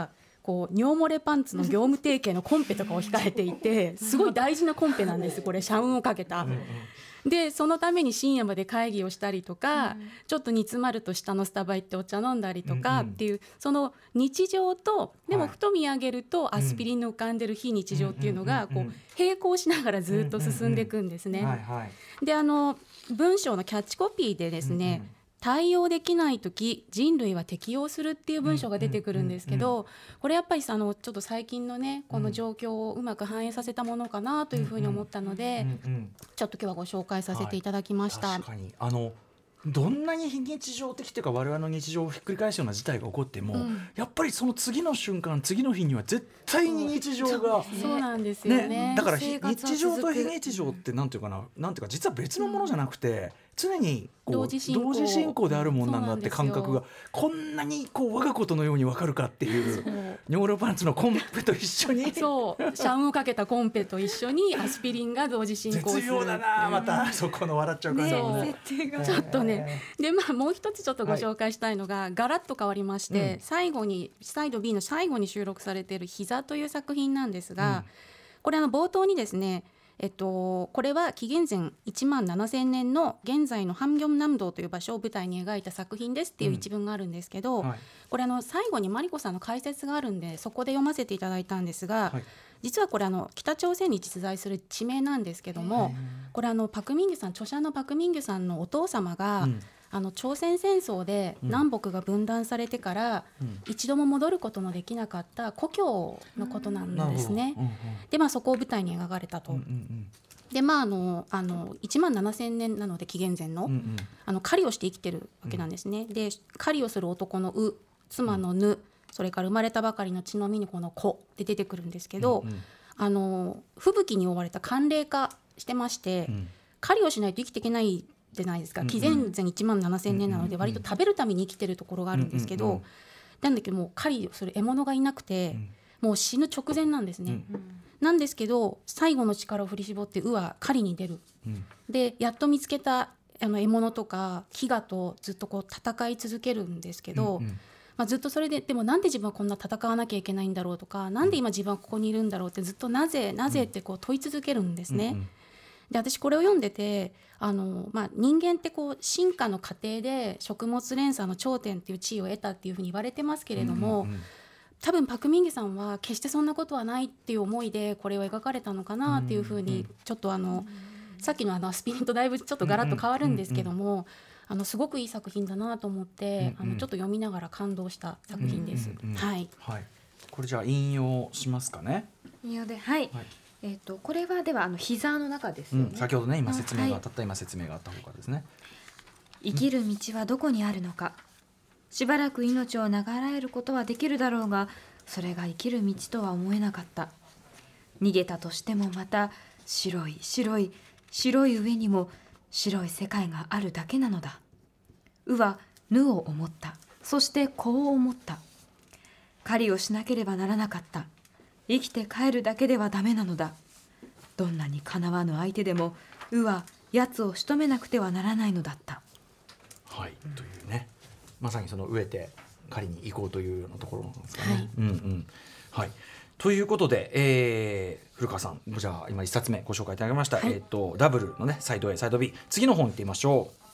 こう尿漏れパンツの業務提携のコンペとかを控えていてすごい大事なコンペなんですこれ社運をかけた。うんうんでそのために深夜まで会議をしたりとか、うん、ちょっと煮詰まると下のスタバ行ってお茶飲んだりとかっていう、うんうん、その日常とでもふと見上げるとアスピリンの浮かんでる非日常っていうのがこう並行しながらずっと進んでいくんですね。であの文章のキャッチコピーでですね、うんうん対応できないとき人類は適応するっていう文章が出てくるんですけど、これやっぱりあのちょっと最近のねこの状況をうまく反映させたものかなというふうに思ったので、ちょっと今日はご紹介させていただきました。 はい、確かにあのどんなに非日常的というか我々の日常をひっくり返すような事態が起こっても、うん、やっぱりその次の瞬間次の日には絶対に日常がそうなんですよ ね, ねだから日常と非日常ってなんていうかな、なんていうか実は別のものじゃなくて、うん常にこう同時進行、同時進行であるもんなんだって感覚がこんなにこう我がことのように分かるかっていう尿漏れパンツのコンペと一緒にそう社運をかけたコンペと一緒にアスピリンが同時進行する絶妙だなまたそこの笑っちゃう感じもねちょっとねで、まあ、もう一つちょっとご紹介したいのが、はい、ガラッと変わりまして、うん、最後にサイド B の最後に収録されている膝という作品なんですが、うん、これあの冒頭にですねえっと、これは紀元前いちまんななせんねんの現在のハンギョン南道という場所を舞台に描いた作品ですっていう一文があるんですけど、うんはい、これあの最後にマリコさんの解説があるんでそこで読ませていただいたんですが、はい、実はこれあの北朝鮮に実在する地名なんですけども、これあのパク・ミンギュさん著者のパク・ミンギュさんのお父様が、うんあの朝鮮戦争で南北が分断されてから、うん、一度も戻ることのできなかった故郷のことなんですね、うんうん、で、まあ、そこを舞台に描かれたと、うんうんうん、でまああのあのいちまんななせんねんなので紀元前の、うんうん、あの狩りをして生きてるわけなんですね、うん、で狩りをする男のう妻のぬ、うん、それから生まれたばかりの血のみにこの子で出てくるんですけど、うんうん、あの吹雪に覆われた寒冷化してまして、うん、狩りをしないと生きていけないじゃないですか、紀元前いちまんななせんねんなので割と食べるために生きてるところがあるんですけど、うんうんうん、なんだけどもう狩りをする獲物がいなくて、うん、もう死ぬ直前なんですね、うん、なんですけど最後の力を振り絞ってウは狩りに出る、うん、でやっと見つけたあの獲物とか飢餓とずっとこう戦い続けるんですけど、うんうんまあ、ずっとそれででもなんで自分はこんな戦わなきゃいけないんだろうとか、なんで今自分はここにいるんだろうってずっとなぜなぜってこう問い続けるんですね、うんうん、で私これを読んでてあの、まあ、人間ってこう進化の過程で食物連鎖の頂点っていう地位を得たっていうふうに言われてますけれども、うんうんうん、多分パク・ミンギさんは決してそんなことはないっていう思いでこれを描かれたのかなっていうふうにちょっとあの、うん、さっきのあのアスピリンとだいぶちょっとガラッと変わるんですけども、うんうんうん、あのすごくいい作品だなと思って、うんうん、あのちょっと読みながら感動した作品です、うんうんうん、はいはい、 これじゃあ引用しますかね。 引用ではい、はいえー、とこれはではあの膝の中ですよね、 うん、先ほどね今説明が、はい、たった今説明があったほかですね。 生きる道はどこにあるのか、しばらく命を長らえることはできるだろうがそれが生きる道とは思えなかった。逃げたとしてもまた白い白い白い上にも白い世界があるだけなのだ。うはぬを思った。そして子を思った。狩りをしなければならなかった。生きて帰るだけではダメなのだ。どんなにかなわぬ相手でもうは奴を仕留めなくてはならないのだった。 はい、うん、というね、まさにその飢えて狩りに行こうというようなところなんですかね。はいうんうんはい、ということで、えー、古川さんじゃあ今一冊目ご紹介いただきました、はいえー、とダブルのねサイド A サイド B 次の本いってみましょう。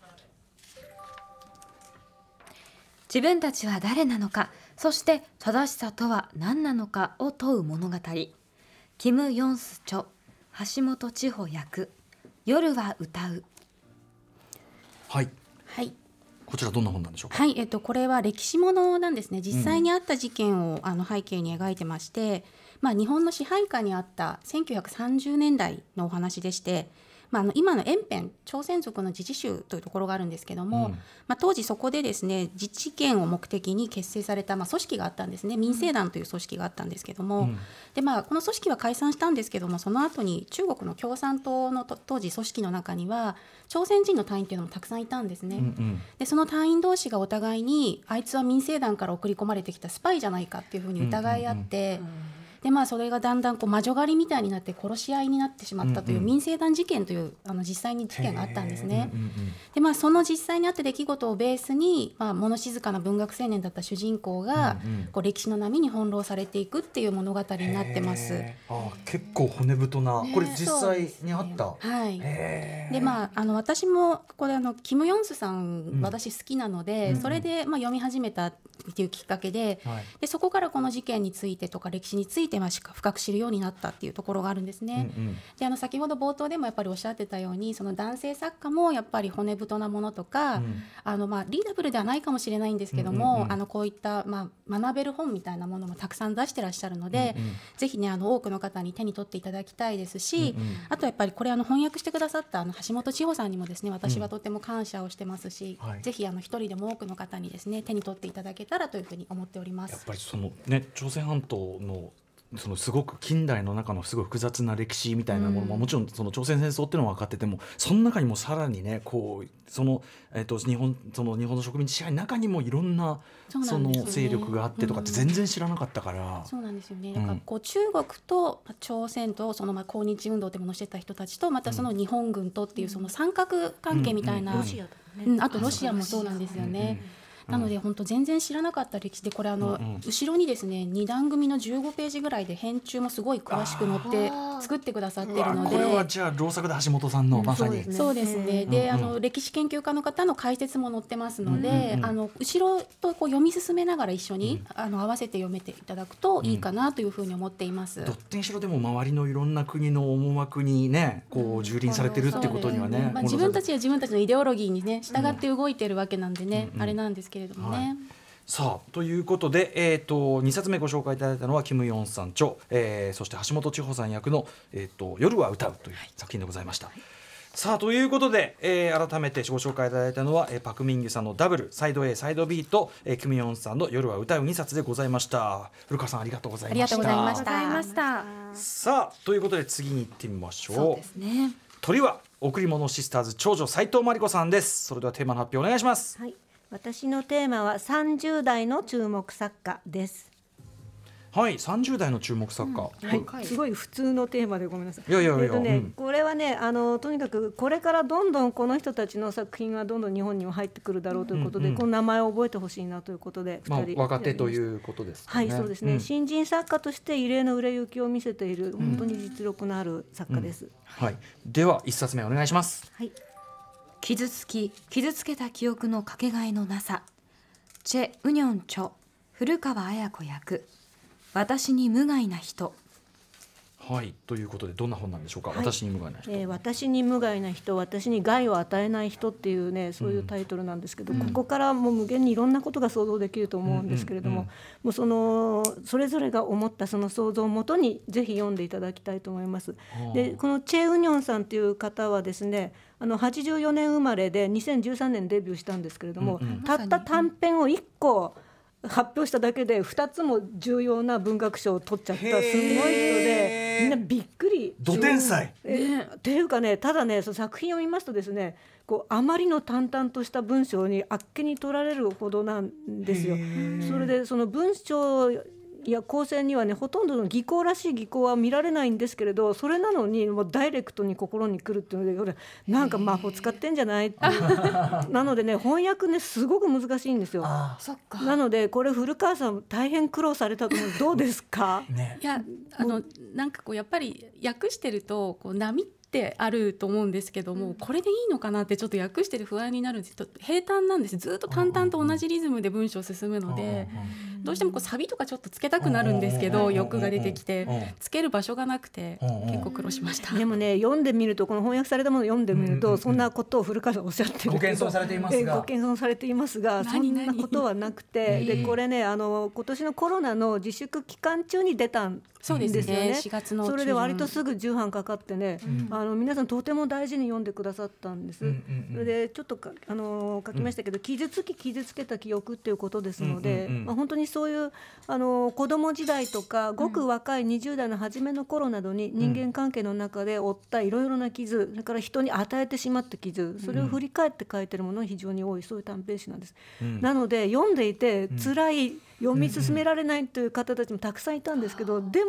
自分たちは誰なのか、そして正しさとは何なのかを問う物語。キム・ヨンス著、橋本千穂役、夜は歌う。 はい、 はい、 こちらどんな本なんでしょうか。 はい、えっと、これは歴史ものなんですね。実際にあった事件を、うん、あの背景に描いてまして、まあ、日本の支配下にあったせんきゅうひゃくさんじゅうねんだいのお話でして、まあ、あの今の延辺朝鮮族の自治州というところがあるんですけども、うんまあ、当時そこでですね自治権を目的に結成された、まあ、組織があったんですね。民政団という組織があったんですけども、うんでまあ、この組織は解散したんですけども、その後に中国の共産党の当時組織の中には朝鮮人の隊員というのもたくさんいたんですね、うんうん、でその隊員同士がお互いにあいつは民政団から送り込まれてきたスパイじゃないかっていうふうに疑い合って、うんうんうんでまあそれがだんだんこう魔女狩りみたいになって殺し合いになってしまったという、うんうん、民生団事件というあの実際に事件があったんですね。うんうん、でまあその実際にあった出来事をベースに、まあ、物静かな文学青年だった主人公が、うんうん、こう歴史の波に翻弄されていくっていう物語になってます。 あ結構骨太な、これ実際にあった、 ね、はい。でまああの私もこれあのキム・ヨンスさん、うん、私好きなので、うんうん、それでまあ読み始めたっていうきっかけで、はい、でそこからこの事件についてとか歴史についてましか深く知るようになったっていうところがあるんですね。うんうん、であの先ほど冒頭でもやっぱりおっしゃってたようにその男性作家もやっぱり骨太なものとか、うん、あのまあリーダブルではないかもしれないんですけども、うんうんうん、あのこういったまあ学べる本みたいなものもたくさん出してらっしゃるので、うんうん、ぜひねあの多くの方に手に取っていただきたいですし、うんうん、あとやっぱりこれあの翻訳してくださったあの橋本千穂さんにもですね私はとても感謝をしてますし、うんはい、ぜひあの一人でも多くの方にですね手に取っていただけたらというふうに思っております。 やっぱりそのね朝鮮半島のそのすごく近代の中のすごい複雑な歴史みたいなものも、うん、もちろんその朝鮮戦争っていうのは分かっててもその中にもさらにねこうその、えー、と日本その日本の植民地支配の中にもいろんなその勢力があってとかって全然知らなかったから、 うん、そうなんですよね。だからこう中国と朝鮮とそのまあ抗日運動ってものをしてた人たちとまたその日本軍とっていうその三角関係みたいな、うんうんうん、あとロシアもそうなんですよね。なので本当全然知らなかった歴史でこれあの、うんうん、後ろにですねに段組のじゅうごページぐらいで編集もすごい詳しく載って作ってくださっているので、 これはじゃあ老作で橋本さんの、うん、まさにそうですね。で、うんうん、あの歴史研究家の方の解説も載ってますので、うんうん、あの後ろとこう読み進めながら一緒に、うん、あの合わせて読めていただくといいかなというふうに思っています。 うん、どっちにしろでも周りのいろんな国の思惑にねこう蹂躙されてるってことにはね、うんまあ、自分たちは自分たちのイデオロギーにね従って動いてるわけなんでね、うん、あれなんですけれどもね、はい。 さあということで、えー、とにさつめご紹介いただいたのはキム・ヨンさん著、えー、そして橋本千穂さん役の、えー、と夜は歌うという作品でございました。はい、さあということで、えー、改めてご紹介いただいたのは、えー、パク・ミンギュさんのダブルサイド A サイド B と、えー、キム・ヨンさんの夜は歌うにさつでございました。古川さんありがとうございました。 ありがとうございました。 さあということで次に行ってみましょう。 そうですね。 鳥は贈り物シスターズ長女斉藤真理子さんです。それではテーマの発表お願いします。 はい、私のテーマはさんじゅう代の注目作家です。 はい、さんじゅう代の注目作家、 うんはい、すごい普通のテーマでごめんなさい。 いやいやいや、 えーとねうん、 これはねあのとにかくこれからどんどんこの人たちの作品はどんどん日本にも入ってくるだろうということで、うんうん、この名前を覚えてほしいなということでふたり、 まあ、若手ということですかね。 はいそうですね、うん、新人作家として異例の売れ行きを見せている本当に実力のある作家です。うんうんはい、ではいっさつめお願いします。 はい、傷つき傷つけた記憶のかけがえのなさ、チェ・ウニョン著、古川綾子役、私に無害な人。 はいということでどんな本なんでしょうか。はい、私に無害な人、 えー、私に無害な人、私に害を与えない人っていうねそういうタイトルなんですけど、うん、ここからもう無限にいろんなことが想像できると思うんですけれども、うんうんうん、もうそのそれぞれが思ったその想像をもとにぜひ読んでいただきたいと思います。でこのチェ・ウニョンさんっていう方はですねあのはちじゅうよねん生まれでにせんじゅうさんねんデビューしたんですけれども、うんうん、たった短編をいっこ発表しただけでふたつも重要な文学賞を取っちゃったすごい人でみんなびっくり。 ど天才、 ね、っていうかねただねその作品を見ますとですねこうあまりの淡々とした文章にあっけに取られるほどなんですよ。それでその文章いや構成にはねほとんどの技巧らしい技巧は見られないんですけれどそれなのにもうダイレクトに心に来るっていうので俺なんか魔法使ってんじゃないっていうなのでね翻訳ねすごく難しいんですよ。 あそっか。 なのでこれ古川さん大変苦労されたと思う。どうですか、 ね、いやあのなんかこうやっぱり訳してるとこう波ってあると思うんですけども、うん、これでいいのかなってちょっと訳してる不安になるんです。平坦なんです。ずっと淡々と同じリズムで文章進むのでどうしてもこうサビとかちょっとつけたくなるんですけど欲が出てきてつける場所がなくて結構苦労しました。 でもね読んでみるとこの翻訳されたものを読んでみるとそんなことを古川さんおっしゃってるご謙遜されていますがご謙遜されていますがそんなことはなくてでこれねあの今年のコロナの自粛期間中に出たんそうですね、しがつの中旬それで割とすぐ重版かかってね、うん、あの皆さんとても大事に読んでくださったんです、うんうんうん、それでちょっとかあの書きましたけど、うん、傷つき傷つけた記憶っていうことですので、うんうんうんまあ、本当にそういうあの子供時代とかごく若いにじゅう代の初めの頃などに人間関係の中で負ったいろいろな傷それから人に与えてしまった傷それを振り返って書いてるものが非常に多いそういう短編集なんです、うん、なので読んでいて辛い読み進められないという方たちもたくさんいたんですけど、うん、で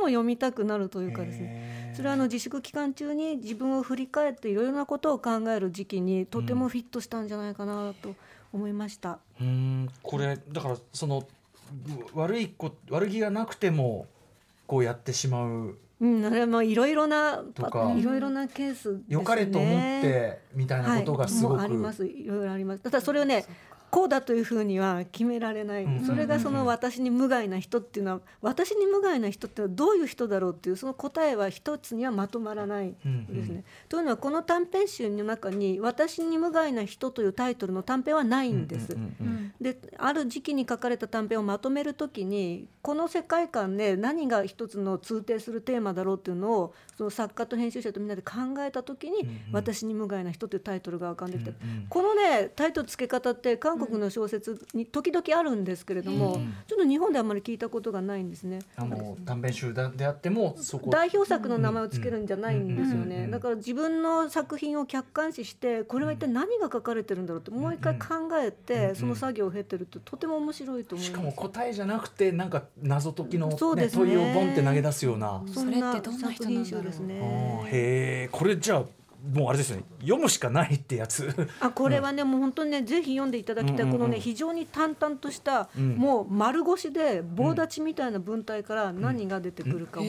も読みたくなるというかですね、それはあの自粛期間中に自分を振り返っていろいろなことを考える時期にとてもフィットしたんじゃないかなと思いました。 うん、これだからその悪いこ悪気がなくてもこうやってしまう、 うん、あれはいろいろないろいろなケースですね。 良かれと思ってみたいなことがすごく、 はい、もうあります、いろいろあります。ただそれをねこうだというふうには決められない、うん、それがその私に無害な人っていうのは、私に無害な人っていうのはどういう人だろうっていうその答えは一つにはまとまらないですね、うんうん、というのはこの短編集の中に私に無害な人というタイトルの短編はないんです、うんうんうん、である時期に書かれた短編をまとめるときにこの世界観で何が一つの通底するテーマだろうっていうのをその作家と編集者とみんなで考えたときに、うんうん、私に無害な人というタイトルが浮かんできた、うんうん、このねタイトル付け方って韓国の小説に時々あるんですけれども、うん、ちょっと日本であんまり聞いたことがないんですね。 あの短編集であってもそこ代表作の名前を付けるんじゃないんですよね。だから自分の作品を客観視してこれは一体何が書かれてるんだろうってもう一回考えてその作業を経てるととても面白いと思います。 しかも答えじゃなくてなんか謎解きの、ねね、問いをボンって投げ出すような、 それってどんな人なんだろう。 ですね、 へー、これじゃあもうあれですね、読むしかないってやつあこれはね、うん、もう本当にねぜひ読んでいただきたい、うんうんうん、このね非常に淡々とした、うん、もう丸腰で棒立ちみたいな文体から何が出てくるかを、うん、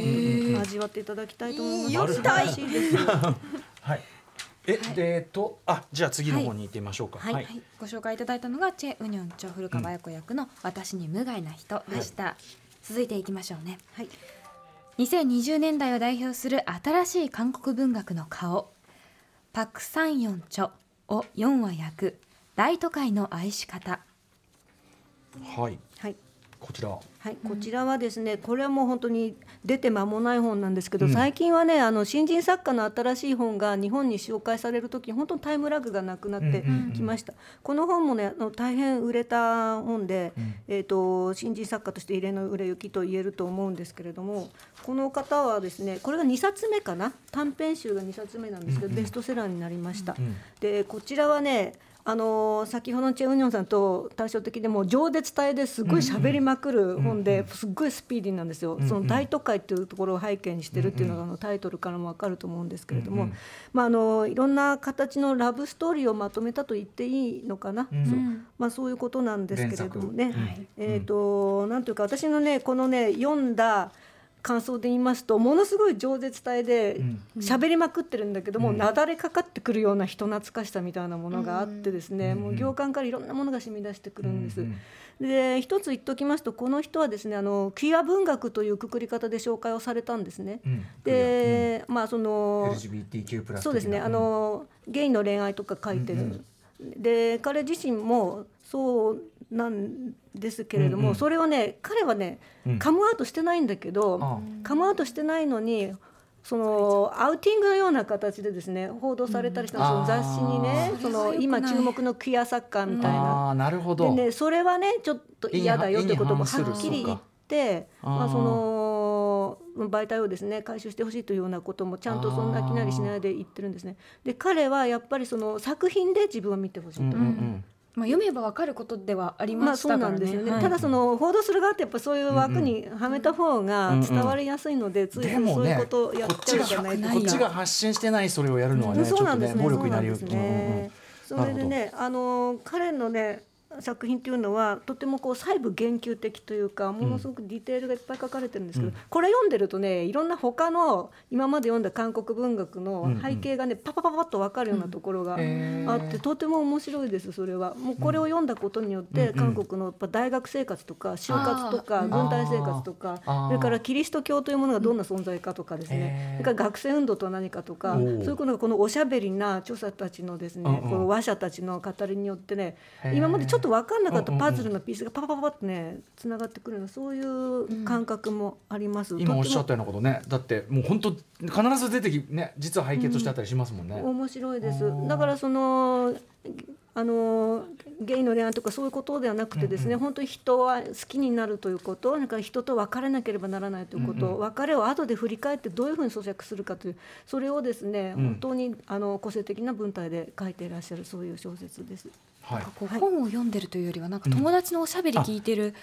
味わっていただきたいと思います。 読みたいはいえ、はい、でえっとあじゃあ次の方に行ってみましょうか。 はいはいはい、ご紹介いただいたのがチェ・ウニョンチョ古川綾子役の私に無害な人でした、はい、続いていきましょうね。はい、にせんにじゅうねんだいを代表する新しい韓国文学の顔、パク・サンヨンチョをよんわ訳、大都会の愛し方。 はい、 はい、 こちら、 はい、こちらはですね、これはもう本当に出て間もない本なんですけど、うん、最近はねあの新人作家の新しい本が日本に紹介されるとき本当にタイムラグがなくなってきました、うんうんうん、この本もねあの大変売れた本で、うん、えーと、新人作家として異例の売れ行きと言えると思うんですけれども、この方はですねこれがにさつめかな、短編集がにさつめなんですけど、うんうん、ベストセラーになりました、うんうん、でこちらはねあのー、先ほどのチェ・ウニョンさんと対照的でも饒舌体ですごい喋りまくる本ですごいスピーディーなんですよ、うんうん、その大都会っていうところを背景にしてるっていうのがあのタイトルからも分かると思うんですけれども、うんうんまあ、あのいろんな形のラブストーリーをまとめたと言っていいのかな、うんそうまあ、そういうことなんですけれどもね、はいえーと、なんというか私のねこのね読んだ感想で言いますとものすごい饒舌体で喋りまくってるんだけども、うん、なだれかかってくるような人懐かしさみたいなものがあってですね、うん、もう行間からいろんなものが染み出してくるんです、うん、で一つ言っておきますとこの人はですねあのクィア文学というくくり方で紹介をされたんですね、うん、で、うんまあそのエルジービーティーキュー プラスそうですねあのゲイの恋愛とか書いてる、うんうん、で彼自身もそうなんですけれども、うんうん、それをね彼はね、うん、カムアウトしてないんだけど、うん、カムアウトしてないのにそのアウティングのような形でですね報道されたりした、うん、その雑誌にねその今注目のクィア作家みたいな、 あなるほどで、ね、それはねちょっと嫌だよということもはっきり言って、まあ、その媒体をですね回収してほしいというようなこともちゃんとそんな気なりしないで言ってるんですね。で彼はやっぱりその作品で自分を見てほしいと、うんうんうんまあ、読めば分かることではありましたからね、まあ、そうなんですよね、はい、 ただその報道する側ってやっぱそういう枠にはめた方が伝わりやすいので、うんうん、ついついそういうことをやっちゃうじゃないですか。 こっちが発信してないそれをやるのはね、うん、ちょっとね暴力になりうる。 それでねあの彼のね作品というのはとてもこう細部言及的というかものすごくディテールがいっぱい書かれてるんですけど、うん、これ読んでるとねいろんな他の今まで読んだ韓国文学の背景がね、うんうん、パパパパッと分かるようなところがあって、うんえー、とても面白いです。それはもうこれを読んだことによって、うん、韓国のやっぱ大学生活とか就活とか軍隊生活とかそれからキリスト教というものがどんな存在かとかですね、それから学生運動とは何かとかそういうことがこのおしゃべりな著者たちのですねこの話者たちの語りによってね今までちょっと分かんなかったパズルのピースがパパパパッとねつながってくるようなそういう感覚もあります、 うん、今おっしゃったようなことねだってもう本当必ず出てきね実は背景としてあったりしますもんね、 うん、面白いです。だからそのあのゲイの恋愛とかそういうことではなくてですね、うんうん、本当に人は好きになるということなんか人と別れなければならないということ、うんうん、別れを後で振り返ってどういうふうに咀嚼するかというそれをですね、うん、本当にあの個性的な文体で書いていらっしゃるそういう小説です。 はい、なんかこう本を読んでるというよりはなんか友達のおしゃべり聞いてる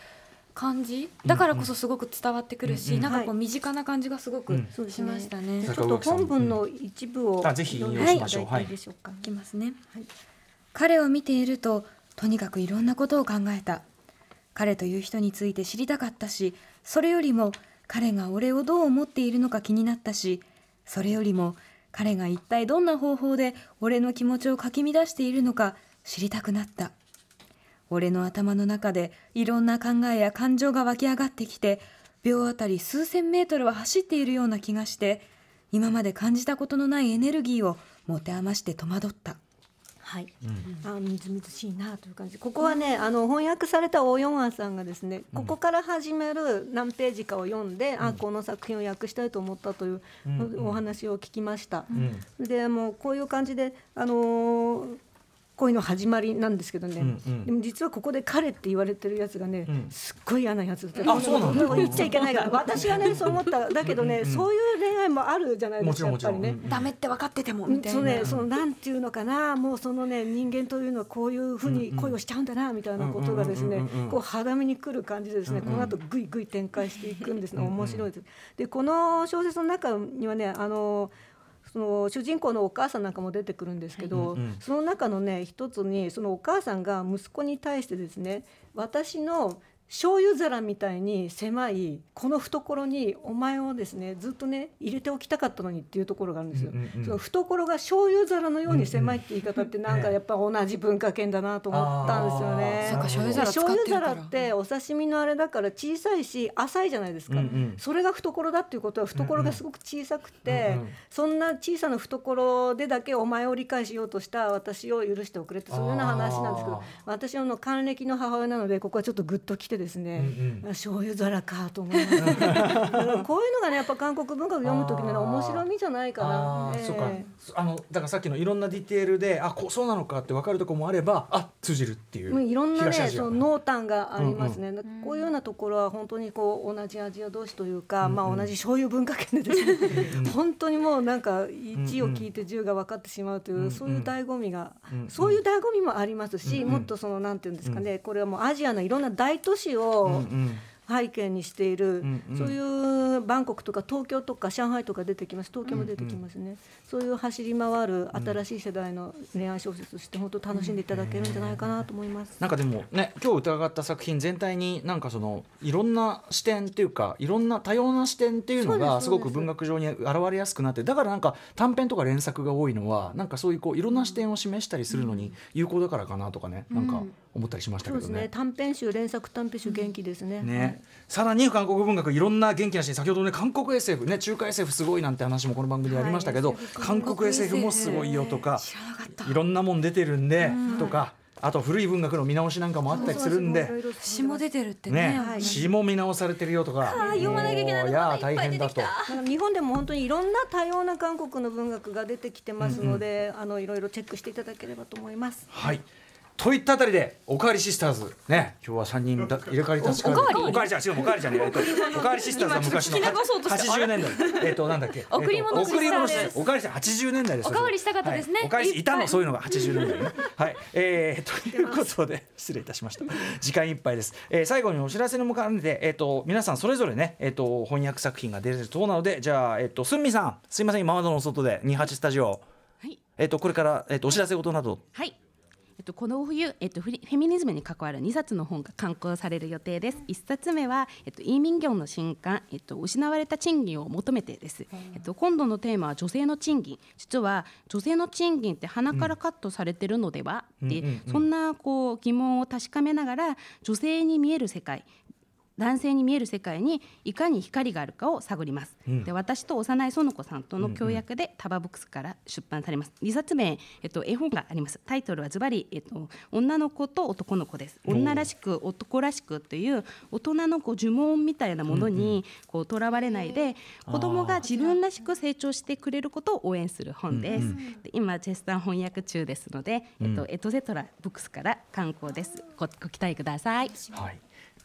感じだからこそすごく伝わってくるし、 うんうんなんかこう身近な感じがすごくしましたね。 ちょっと本文の一部をあぜひ引用しましょう。はい。 いいでしょうか。 いきますね、 はい。 彼を見ているととにかくいろんなことを考えた。彼という人について知りたかったし、それよりも彼が俺をどう思っているのか気になったし、それよりも彼が一体どんな方法で俺の気持ちをかき乱しているのか知りたくなった。俺の頭の中でいろんな考えや感情が湧き上がってきて、秒あたり数千メートルは走っているような気がして、今まで感じたことのないエネルギーを持て余して戸惑った。 はい、うん、あみずみずしいなという感じ。ここはね、あの翻訳されたオーヨンアンさんがですね、ここから始める何ページかを読んで、うん、あこの作品を訳したいと思ったというお話を聞きました、うん、でもうこういう感じで、あのーこういうの始まりなんですけどね、うんうん、でも実はここで彼って言われてるやつがね、うん、すっごい嫌なやつだった。 あ、そうなんだ。 言っちゃいけないから私はねそう思った。だけどね、うんうん、そういう恋愛もあるじゃないですか。やっぱりね、うんうん、 ダメって分かっててもみたいな、 そうね、そのなんていうのかな、もうそのね人間というのはこういうふうに恋をしちゃうんだなみたいなことがですね、こう肌身にくる感じでですね、うんうん、この後ぐいぐい展開していくんですね。面白いです。でこの小説の中にはね、あのその主人公のお母さんなんかも出てくるんですけど、はいうんうん、その中のね一つに、そのお母さんが息子に対してですね、私の醤油皿みたいに狭いこの懐にお前をですねずっとね入れておきたかったのにっていうところがあるんですよ、うんうんうん、その懐が醤油皿のように狭いって言い方ってなんかやっぱ同じ文化圏だなと思ったんですよね。 そうか、醤油皿使ってるから。 醤油皿ってお刺身のあれだから小さいし浅いじゃないですか、うんうん、それが懐だっていうことは懐がすごく小さくて、うんうん、そんな小さな懐でだけお前を理解しようとした私を許しておくれって、そういうような話なんですけど、私の還暦の母親なのでここはちょっとグッときてですね、うんうん、醤油皿かと思います、ね、こういうのがねやっぱ韓国文化を読む時の、ね、面白みじゃないかな、えー、 そうか、あのだからさっきのいろんなディテールであこうそうなのかって分かるところもあれば、あ通じるっていう、 いろんなねその濃淡がありますね、うんうん、こういうようなところは本当にこう同じアジア同士というか、うんうん、まあ、同じ醤油文化圏でですね本当にもうなんかいちを聞いてじゅうが分かってしまうという、うんうん、そういう醍醐味が、うんうん、そういう醍醐味もありますし、うんうん、もっとそのなんていうんですかね、うん、これはもうアジアのいろんな大都市を背景にしている、うんうん、そういうバンコクとか東京とか上海とか出てきます。東京も出てきますね、うんうん、そういう走り回る新しい世代の恋愛小説として本当楽しんでいただけるんじゃないかなと思います。 なんかでもね、今日伺った作品全体になんかそのいろんな視点っていうかいろんな多様な視点っていうのがすごく文学上に現れやすくなって、だからなんか短編とか連作が多いのはなんかそういうこういろんな視点を示したりするのに有効だからかなとかね、なんか思ったりしましたけどね。 そうですね、短編集連作短編集元気ですね、 ね、はい、さらに韓国文学いろんな元気なシーン、先ほどね韓国 エスエフ ね、中華 エスエフ すごいなんて話もこの番組でありましたけど、はい、韓国 エスエフ もすごいよとか、いろんなもん出てるんでとか、あと古い文学の見直しなんかもあったりするんで、 詩も出てるってね、 ね、詩も見直されてるよとか、 読まなきゃいけないのがいっぱい出てきた。 日本でも本当にいろんな多様な韓国の文学が出てきてますので、うんうん、あのいろいろチェックしていただければと思います。 はい、といったあたりでおかわりシスターズね、今日はさんにんだ入れ替わり立ち替わり、おかわりじゃ違うおかわりじゃねえ、えっとおかわりシスターズは昔のはちじゅうねんだい、えっとなんだっけ、 贈り物シスターズです。 おかわりはちじゅうねんだいです。 おかわりしたかったですね、 はい、おかわりいたのそういうのがはちじゅうねんだいねはい、えー、ということで失礼いたしました。時間いっぱいです、えー、最後にお知らせのも兼ねて、えー、と皆さんそれぞれね、えー、と翻訳作品が出るそうなので、じゃあ、えー、とすんみさんすいません、今までの外でにじゅうはちスタジオ、はい、えー、とこれから、えー、とお知らせ事など、 はい、えっと、この冬、えっと、フェミニズムに関わるにさつの本が刊行される予定です。いっさつめは、えっと、イ・ミンギョンの新刊、えっと、失われた賃金を求めてです、えっと、今度のテーマは女性の賃金。実は女性の賃金って鼻からカットされてるのでは、うん、で、うんうんうん、そんなこう疑問を確かめながら女性に見える世界、男性に見える世界にいかに光があるかを探ります、うん、で私と幼い園子さんとの協約でタバブックスから出版されます。にさつめ、えっと、絵本があります。タイトルはズバリ、えっと、女の子と男の子です。女らしく男らしくという大人のこう呪文みたいなものにこうとらわれないで、子供が自分らしく成長してくれることを応援する本です、うんうん、で今絶賛翻訳中ですので、えっと、エトセトラブックスから刊行です。 ご, ご期待ください。 はい、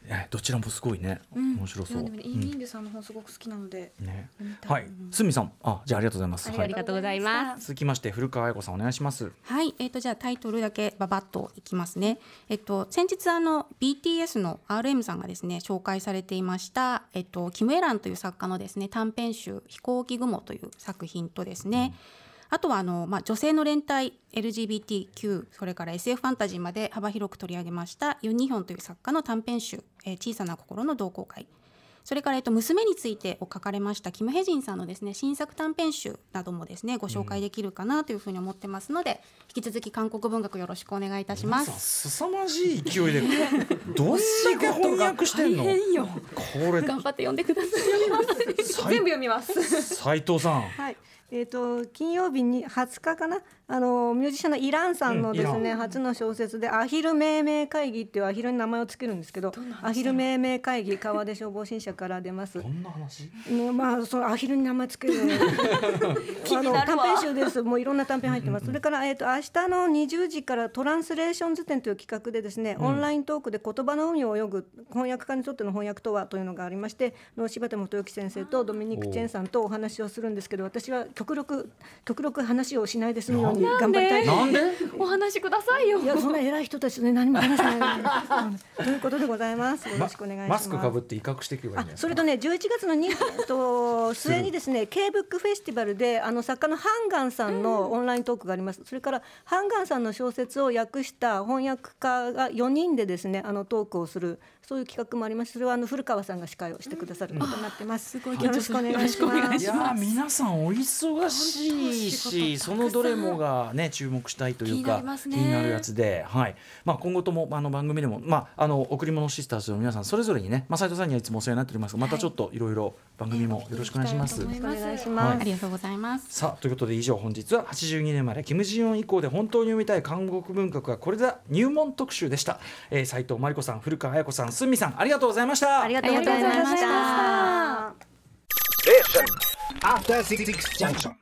どちらもすごいね、うん、面白そう。 いやでも、ね、イーミングさんの本すごく好きなので、 うんね、はい、つみさん、あ、じゃあありがとうございます。 はい、ありがとうございます。 続きまして古川彩子さんお願いします。 はい、えっ、ー、とじゃあタイトルだけババッといきますね。えっ、ー、と先日あの ビーティーエス の アールエム さんがですね紹介されていましたえっ、ー、とキム・エランという作家のですね短編集飛行機雲という作品とですね。うんあとはあの、まあ、女性の連帯 エルジービーティーキュー それから エスエフ ファンタジーまで幅広く取り上げましたユン・ニヒョンという作家の短編集、えー、小さな心の同好会それから、えっと、娘についてを書かれましたキム・ヘジンさんのですね新作短編集などもですねご紹介できるかなというふうに思ってますので、うん、引き続き韓国文学よろしくお願いいたします。 凄まじい勢いでどんだけ翻訳してんの。 大変よこれ頑張って読んでください。 全部読みます。 斉藤さん、 はいえー、と金曜日にはつかかなあのミュージシャンのイランさんのですね、うん、初の小説でアヒル命名会議っていうアヒルに名前をつけるんですけどアヒル命名会議川出消防新社から出ます。 どんな話？ もうまあそのアヒルに名前つけるあの短編集です。もういろんな短編入ってます。それから、えー、と明日のにじゅうじからトランスレーションズ展という企画でですね、うん、オンライントークで言葉の海を泳ぐ翻訳家にとっての翻訳とはというのがありまして柴田元幸先生とドミニク・チェンさんとお話をするんですけど私は極力極力話をしないで済むように頑張りたい。 なんでお話しくださいよ。 いやそんな偉い人たちね何も話さないということでございます。よろしくお願いします。 マスクかぶって威嚇していけばいいんですか。 それとねじゅういちがつのにと末にですね K ブックフェスティバルであの作家のハンガンさんのオンライントークがあります。それからハンガンさんの小説を訳した翻訳家がよにんでですねあのトークをするそういう企画もあります。それはあの古川さんが司会をしてくださることになってます。 すごいよろしくお願いします。 いや皆さんお忙しいしそのどれもがね注目したいというか気になるやつで、はいまあ、今後ともあの番組でも、まあ、あの贈り物シスターズの皆さんそれぞれにね、まあ、斉藤さんにはいつもお世話になっておりますがまたちょっといろいろ番組もよろしくお願いします。 よろしくお願いします。 ありがとうございます。 さあということで以上本日ははちじゅうにねんまでキム・ジヨン以降で本当に読みたい韓国文学はこれだ入門特集でした。えー、斉藤真理子さん古川彩子さんすんみさんありがとうございました。 ありがとうございました。 After Six Junction